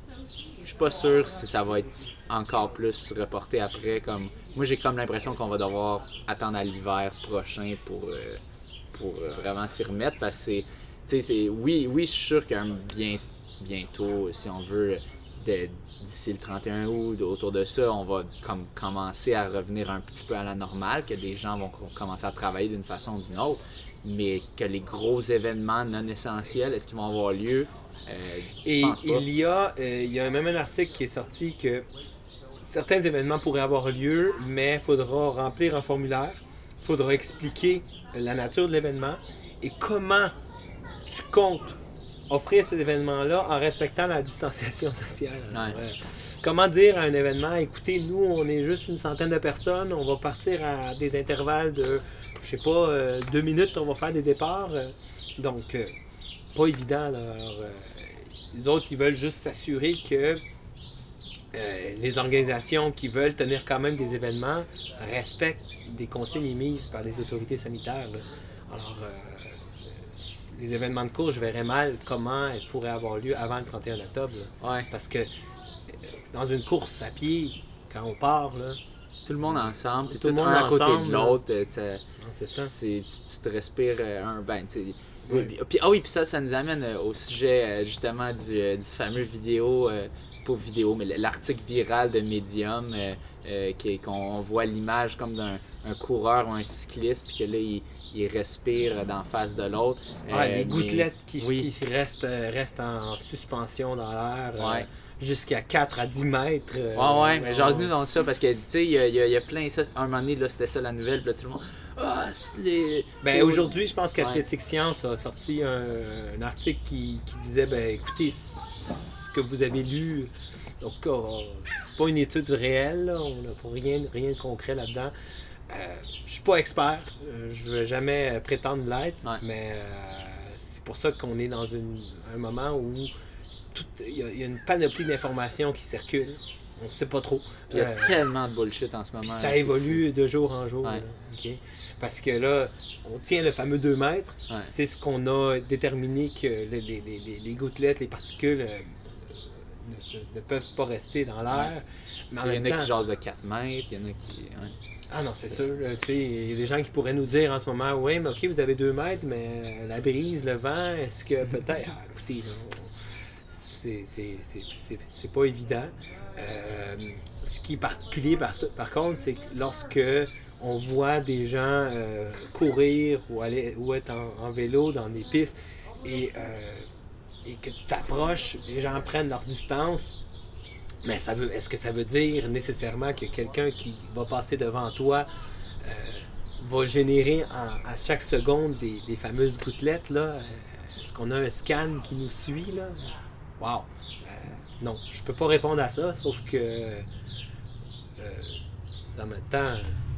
je suis pas sûr si ça va être encore plus reporté après. Comme moi j'ai comme l'impression qu'on va devoir attendre à l'hiver prochain pour, euh, pour euh, vraiment s'y remettre parce que c'est, tu sais, c'est oui, oui, je suis sûr qu'un bien bientôt, si on veut, de- d'ici le trente et un août, autour de ça, on va comme commencer à revenir un petit peu à la normale, que des gens vont commencer à travailler d'une façon ou d'une autre, mais que les gros événements non essentiels, est-ce qu'ils vont avoir lieu? Euh, je Et pense pas. il y a, euh, il y a même un article qui est sorti que certains événements pourraient avoir lieu, mais il faudra remplir un formulaire, il faudra expliquer la nature de l'événement et comment tu comptes offrir cet événement-là en respectant la distanciation sociale. Alors, Ouais. euh, comment dire à un événement, écoutez, nous, on est juste une centaine de personnes, on va partir à des intervalles de, je sais pas, euh, deux minutes, on va faire des départs. euh, donc, euh, pas évident. Là. Alors, euh, les autres, ils veulent juste s'assurer que euh, les organisations qui veulent tenir quand même des événements respectent des consignes émises par les autorités sanitaires. Là. Alors, euh, les événements de course, je verrais mal comment elles pourraient avoir lieu avant le trente et un octobre. là. Ouais. Parce que euh, dans une course à pied, quand on part, là, Tout le monde ensemble, t'es Tout tout, le monde un à côté ensemble, de là. l'autre, euh, t'as- non, c'est ça. c'est, tu, tu te respires euh, un ben, tu sais. Oui. Oui, puis- puis- ah oui, puis ça, ça nous amène euh, au sujet euh, justement du, euh, du fameux vidéo, euh, pas vidéo, mais l'article viral de Medium, euh, euh, qui est- qu'on voit l'image comme d'un un coureur ou un cycliste, puis que là, il, il respire d'en face de l'autre. Ah, Euh, les mais- gouttelettes qui, oui. qui restent, euh, restent en suspension dans l'air euh, Ouais. jusqu'à quatre à dix mètres. euh, Ouais, ouais, mais on- j'ose-nous dans ça parce que, tu sais, il y, a- il y a- il y a plein ça. Un moment donné, là, c'était ça la nouvelle, puis là, tout le monde. Ah, c'est les. Ben, c'est- aujourd'hui, je pense Ouais. qu'Athletic Science a sorti un, un article qui, qui disait ben écoutez, ce que vous avez lu, donc euh, c'est pas une étude réelle, là, on n'a pas rien, rien de concret là-dedans. Euh, je suis pas expert, euh, je veux jamais prétendre l'être, Ouais. mais euh, c'est pour ça qu'on est dans une- un moment où tout- il y, a- il y a une panoplie d'informations qui circulent. On ne sait pas trop. Il y a Euh, tellement de bullshit en ce moment. puis là, ça c'est évolue de jour en jour. Ouais. là, ok? Parce que là, on tient le fameux deux mètres. Ouais. C'est ce qu'on a déterminé que les, les- les- les- les gouttelettes, les particules euh, ne, ne- ne peuvent pas rester dans l'air. Mais en fou. Il y en même a temps, qui jasent de quatre mètres, il y en a qui. ouais. ah non, c'est sûr. là, tu sais, il y a des gens qui pourraient nous dire en ce moment, oui, mais ok, vous avez deux mètres, mais la brise, le vent, est-ce que peut-être... Ah, écoutez, là, on- c'est- c'est- c'est c'est- c'est pas évident. Euh, ce qui est particulier par, par contre, c'est que lorsque on voit des gens euh, courir ou, aller, ou être en, en vélo dans des pistes et, euh, et que tu t'approches, les gens prennent leur distance, mais ça veut, est-ce que ça veut dire nécessairement que quelqu'un qui va passer devant toi euh, va générer en- à chaque seconde des, des fameuses gouttelettes, là? Euh, Est-ce qu'on a un scan qui nous suit, là? wow. Euh, non, je peux pas répondre à ça, sauf que euh, en même temps,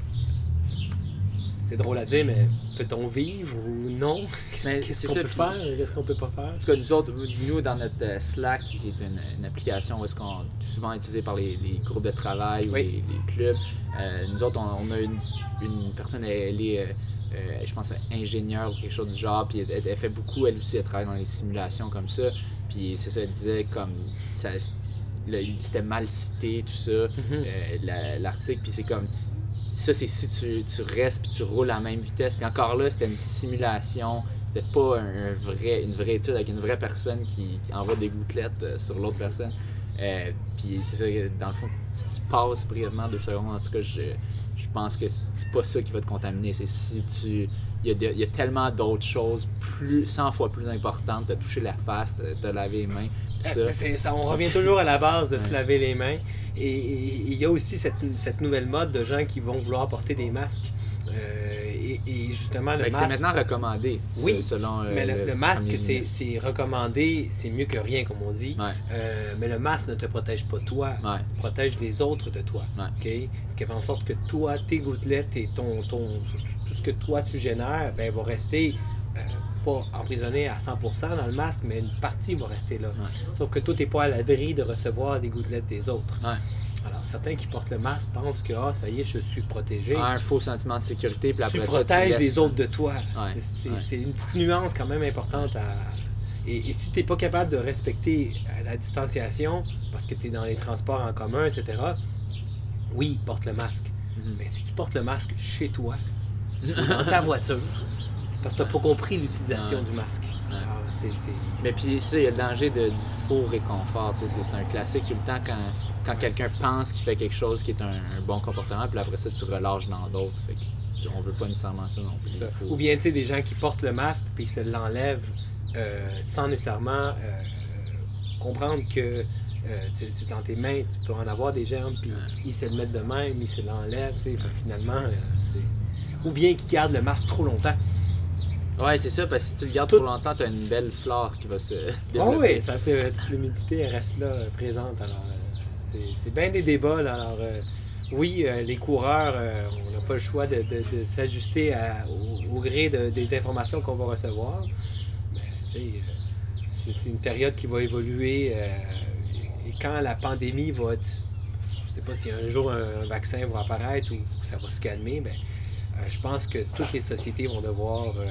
c'est drôle à dire, mais peut-on vivre ou non? Mais Qu'est-ce c'est qu'on ça, peut puis- faire? Qu'est-ce qu'on peut pas faire? En tout cas, nous autres, nous, dans notre euh, Slack, qui est une, une application où est-ce qu'on souvent utilisée par les, les groupes de travail ou Oui. les, les clubs, euh, nous autres, on, on a une, une personne, elle, elle est, euh, euh, je pense, ingénieure ou quelque chose du genre, puis elle, elle fait beaucoup, elle aussi, elle travaille dans les simulations comme ça, puis c'est ça, elle disait comme, ça, le- c'était mal cité, tout ça, Mhm. euh, la- l'article, puis c'est comme, ça, c'est si tu, tu restes puis tu roules à la même vitesse. Puis encore là, c'était une simulation. C'était pas un, un vrai, une vraie étude avec une vraie personne qui, qui envoie des gouttelettes euh, sur l'autre personne. Euh, puis c'est ça, dans le fond, si tu passes brièvement deux secondes, en tout cas, je, je pense que c'est pas ça qui va te contaminer. C'est si tu... Il y a, de- il y a tellement d'autres choses plus, cent fois plus importantes. T'as touché la face, t'as lavé les mains, tout ça. Euh, c'est- ça, on revient toujours à la base de se Ouais. laver les mains. Et et- et il y a aussi cette, cette nouvelle mode de gens qui vont vouloir porter des masques. Euh, et, et justement, le Fait que c'est masque... maintenant recommandé, Oui, selon euh, mais le, le masque, premier c'est, ministre. c'est recommandé, c'est mieux que rien, comme on dit. Ouais. Euh, mais le masque ne te protège pas toi, Ouais. il protège les autres de toi. Ouais. ok? Ce qui fait en sorte que toi, tes gouttelettes et ton, ton, tout ce que toi tu génères, ben, va rester euh, pas emprisonné à cent pour cent dans le masque, mais une partie va rester là. Ouais. Sauf que toi, tu n'es pas à l'abri de recevoir des gouttelettes des autres. Ouais. Alors, certains qui portent le masque pensent que ah, ça y est, je suis protégé. Ah, un faux sentiment de sécurité, puis tu après ça, protèges laisses- les autres de toi. Ouais, C'est, c'est- ouais. c'est une petite nuance quand même importante à. Et, et si tu n'es pas capable de respecter euh, la distanciation parce que tu es dans les transports en commun, et cetera, oui, porte le masque. Mhm. Mais si tu portes le masque chez toi, ou dans ta voiture, c'est parce que tu n'as pas compris l'utilisation Ouais. du masque. Ouais. Alors, c'est, c'est... Mais puis ça, il y a le danger de, du faux réconfort. Tu sais, c'est, c'est un classique tout le temps quand, quand quelqu'un pense qu'il fait quelque chose qui est un, un bon comportement, puis après ça, tu relâches dans d'autres. Fait que tu- on veut pas nécessairement ça non plus. C'est ça. Il faut- Ou bien, tu sais, des gens qui portent le masque puis qui se l'enlèvent euh, sans nécessairement euh, comprendre que euh, tu sais, dans tes mains, tu peux en avoir des germes, puis Ouais. ils se le mettent de même, ils se l'enlèvent, tu sais. Fait que finalement, euh, c'est... Ou bien qu'ils gardent le masque trop longtemps. Ouais, c'est ça, parce que si tu le gardes Tout- trop longtemps, t'as une belle flore qui va se Oh développer. oui, ça fait la petite humidité, elle reste là, euh, présente. Alors, euh, c'est, c'est bien des débats, là. Alors, euh, oui, euh, les coureurs, euh, on n'a pas le choix de, de- de s'ajuster à- au, au gré de- des informations qu'on va recevoir. Mais, tu sais, euh, c'est, c'est une période qui va évoluer. euh, et quand la pandémie va être... Je sais pas si un jour un, un vaccin va apparaître ou ça va se calmer, mais euh, je pense que toutes les sociétés vont devoir... euh,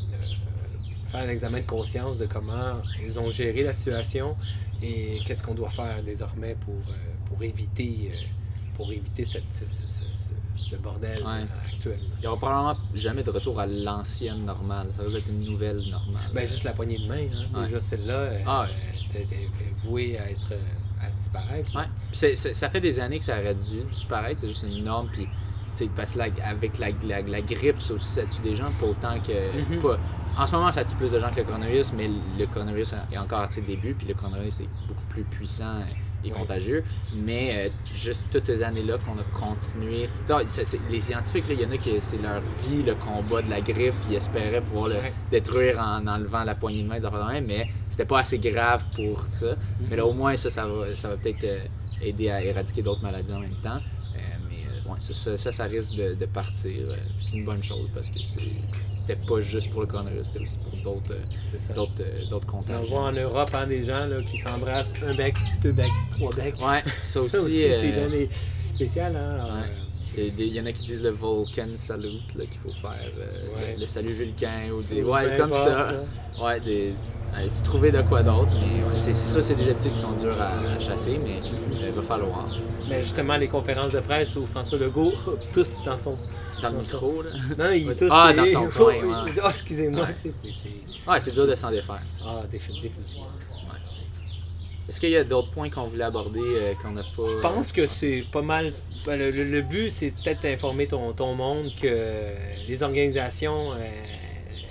faire un examen de conscience de comment ils ont géré la situation et qu'est-ce qu'on doit faire désormais pour, euh, pour éviter, euh, pour éviter cette, ce, ce- ce- ce bordel Ouais. euh, actuel. Il n'y aura probablement jamais de retour à l'ancienne normale. Ça risque d'être une nouvelle normale. Ben, juste la poignée de main, hein. Ouais. Déjà celle-là, euh, Ah ouais. euh, t'es- t'es vouée à être euh, à disparaître. là. Ouais. Puis c'est- c'est- ça fait des années que ça aurait dû disparaître, c'est juste une norme. Puis, tu sais, parce que la- avec la, la, la grippe, ça aussi, ça tue des gens, pas autant que. Mhm. pas- en ce moment, ça tue plus de gens que le coronavirus, mais le coronavirus est encore à ses débuts, puis le coronavirus est beaucoup plus puissant et Ouais. contagieux. Mais euh, juste toutes ces années-là qu'on a continué. Tu sais, c'est- c'est- les scientifiques, là, il y en a qui c'est leur vie, le combat de la grippe, puis ils espéraient pouvoir le Ouais. détruire en enlevant la poignée de main, des affaires de même, mais c'était pas assez grave pour ça. Mais là, au moins, ça, ça va, ça va peut-être euh, aider à éradiquer d'autres maladies en même temps. Euh, mais euh, ouais, ça, ça, ça, ça risque de, de partir. Euh, puis c'est une bonne chose parce que c'est- c'était pas juste pour le coronavirus, c'était aussi pour d'autres, euh, C'est ça. d'autres, euh, d'autres On contagions. voit en Europe hein, des gens là, qui s'embrassent un bec, deux becs, trois becs. Ouais, ça aussi. Ça aussi, euh, c'est bien des- spécial. Hein? Alors, ouais. euh, Il y, y en a qui disent le Vulcan Salute là, qu'il faut faire, euh, Ouais. le, le salut vulcain ou des. Peu Ouais, comme importe, ça. là. Ouais, des. Allez, si trouver de quoi d'autre, mais ouais, c'est, c'est ça, c'est des habitudes qui sont dures à, à chasser, mais il va falloir. Mais justement, les conférences de presse où François Legault, tous dans son. Dans le Dans micro, là. Non, il est tous. Ah, il- dans son coin, ouais. Oh, excusez-moi. Ouais. Tu sais, c'est, c'est- Ouais, c'est dur de s'en défaire. Ah, défi- définitivement. Ouais. Est-ce qu'il y a d'autres points qu'on voulait aborder euh, qu'on n'a pas. Je pense que c'est pas mal. ben, Le, le- le but, c'est peut-être d'informer ton, ton monde que les organisations, euh,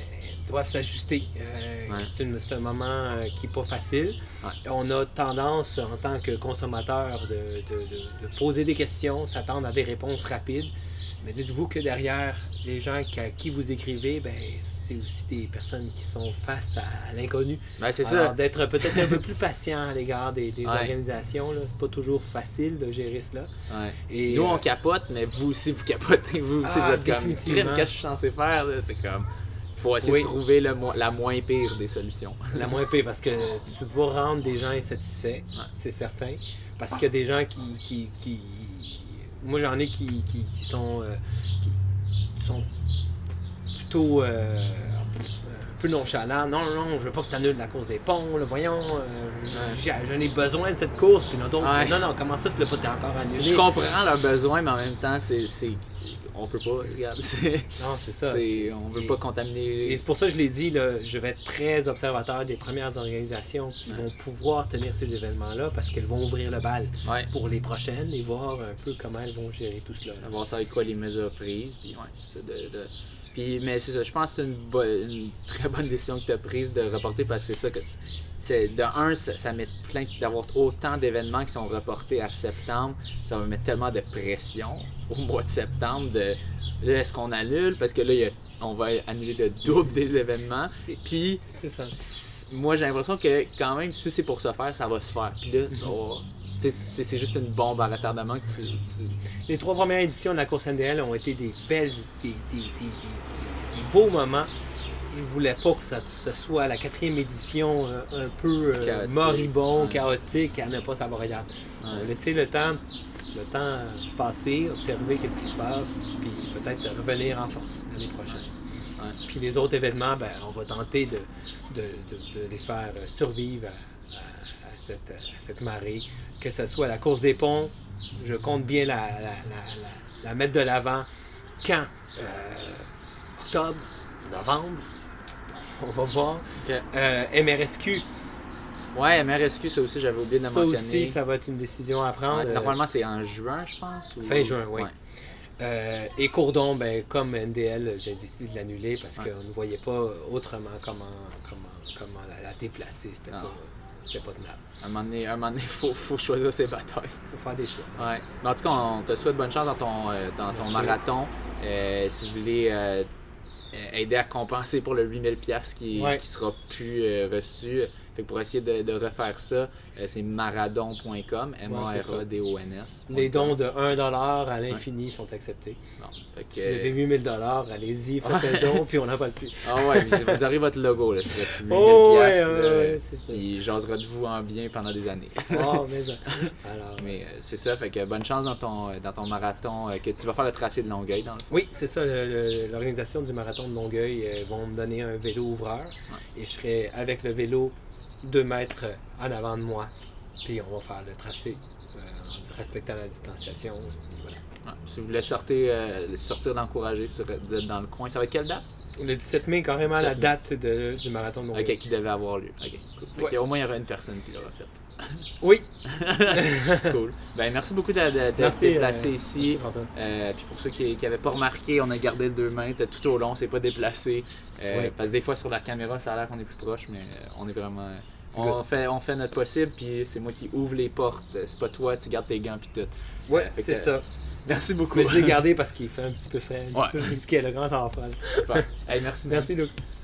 doivent s'ajuster. Euh, Ouais. c'est, une- c'est un moment euh, qui n'est pas facile. Ouais. On a tendance, en tant que consommateur, de, de- de- de poser des questions, s'attendre à des réponses rapides. Mais dites-vous que derrière les gens qui- à qui vous écrivez, ben, c'est aussi des personnes qui sont face à, à l'inconnu. Ben, c'est Alors, ça. d'être peut-être un peu plus patient à l'égard des, des Ouais. organisations, là, c'est pas toujours facile de gérer cela. Ouais. Et, Nous, euh, on capote, mais vous aussi, vous capotez. Vous aussi, Ah, vous êtes comme, définitivement. crime, qu'est-ce que je suis censé faire? Là? C'est comme, faut essayer Oui. de trouver le mo- la moins pire des solutions. La moins pire, parce que tu vas rendre des gens insatisfaits, Ouais. c'est certain. Parce qu'il y a des gens qui... qui, qui- Moi, j'en ai qui, qui, qui sont, euh, qui sont plutôt euh, un peu nonchalants. Non, non, non, je veux pas que tu annules la course des ponts, là, voyons. euh, j'ai- J'en ai besoin de cette course. Puis non, d'autres, Ouais. non, non, comment ça, tu l'as pas encore annulé? Je comprends leurs besoins, mais en même temps, c'est, c'est... on peut pas, regarde. C'est... Non, c'est ça. c'est- on veut Et- pas contaminer. Et c'est pour ça que je l'ai dit, là, je vais être très observateur des premières organisations qui Ouais. vont pouvoir tenir ces événements-là parce qu'elles vont ouvrir le bal Ouais. pour les prochaines et voir un peu comment elles vont gérer tout cela. là. Voir ça avec quoi les mesures prises. Puis, ouais, c'est ça, de, de- Puis, mais c'est ça, je pense que c'est une, bo- une très bonne décision que tu as prise de reporter parce que c'est ça que c'est, c'est- de un, ça, ça met plein d'avoir autant d'événements qui sont reportés à septembre, ça va mettre tellement de pression au mois de septembre de là, est-ce qu'on annule parce que là il y a- on va annuler le double des événements. Puis C'est ça. c- moi j'ai l'impression que quand même si c'est pour se faire, ça va se faire. Puis là, tu vas voir, tu sais, c'est, c'est juste une bombe à retardement que tu, tu- Les trois premières éditions de la course N D L ont été des belles, des, des- des- des- des beaux moments. Je voulais pas que ça, ce soit la quatrième édition euh, un peu euh, Chaotique. moribond, Ouais. chaotique, à ne pas savoir regarder. On va Ouais. laisser le temps, le temps se passer, observer qu'est-ce qui se passe, puis peut-être revenir en force l'année prochaine. Ouais. Puis les autres événements, ben, on va tenter de, de, de- de les faire survivre à, à- à cette, à cette marée. Que ce soit la course des ponts, je compte bien la, la- la- la- la mettre de l'avant. Quand? Euh, octobre, novembre, on va voir. Ok. Euh, M R S Q, Ouais, M R S Q, ça aussi j'avais oublié de le ça mentionner. aussi, ça va être une décision à prendre. Ouais, Euh, normalement c'est en juin, je pense. ou- Fin juin, oui. Ouais. Euh, et Courdon, ben, comme N D L, j'ai décidé de l'annuler parce Ouais. qu'on ne voyait pas autrement comment, comment, comment la, la déplacer. C'était Ah. pas, c'était pas tenable. À un moment donné, à un moment donné, faut, faut choisir ses batailles. Il faut faire des choix. Ouais. Mais en tout cas, on te souhaite bonne chance dans ton, euh, dans ton Merci. marathon. Euh, si vous voulez euh, euh, aider à compenser pour le huit mille dollars qui, Ouais. qui sera plus euh, reçu, fait que pour essayer de, de refaire ça, euh, c'est maradon point com, M A R A D O N S. Les dons de un dollar à l'infini sont acceptés. Bon, fait que, Si vous avez huit mille dollars, allez-y, faites un don, puis on n'en parle plus. Ah ouais, mais vous aurez votre logo, là, c'est huit mille Oh, dollars, ouais, là, ouais, ouais, c'est ça. puis jasera de vous en bien pendant des années. Oh, mais ça. Alors, Mais euh, c'est ça, fait que bonne chance dans ton, euh, dans ton marathon, euh, que tu vas faire le tracé de Longueuil dans le fond. oui, c'est ça. le- le- L'organisation du marathon de Longueuil euh, vont me donner un vélo ouvreur et je serai avec le vélo deux mètres en avant de moi. Puis on va faire le tracé euh, en respectant la distanciation. Voilà. Ouais. Si vous voulez sortir, euh, sortir d'encourager sur- d'être dans le coin, ça va être quelle date? Le dix-sept mai, carrément la dix-sept mai. date de- du marathon de Longueuil. Ok, qui devait avoir lieu. Ok, cool. Fait Ouais. que au moins il y aura une personne qui l'aura fait. Oui. Cool. Ben merci beaucoup de- de- d'être Merci, déplacé euh, ici. merci, François. Euh, puis pour ceux qui n'avaient pas remarqué, on a gardé le deux mains tout au long, c'est pas déplacé. Euh, Ouais. Parce que des fois sur la caméra, ça a l'air qu'on est plus proche, mais euh, on est vraiment. On Good. fait, on fait notre possible, puis c'est moi qui ouvre les portes. C'est pas toi, tu gardes tes gants puis tout. Ouais, Euh, fait c'est que, ça. Merci beaucoup. Mais je l'ai gardé parce qu'il fait un petit peu frais, un Ouais. petit peu risqué. Le grand, ça va faire. Super. Hey, merci. Merci, Luc.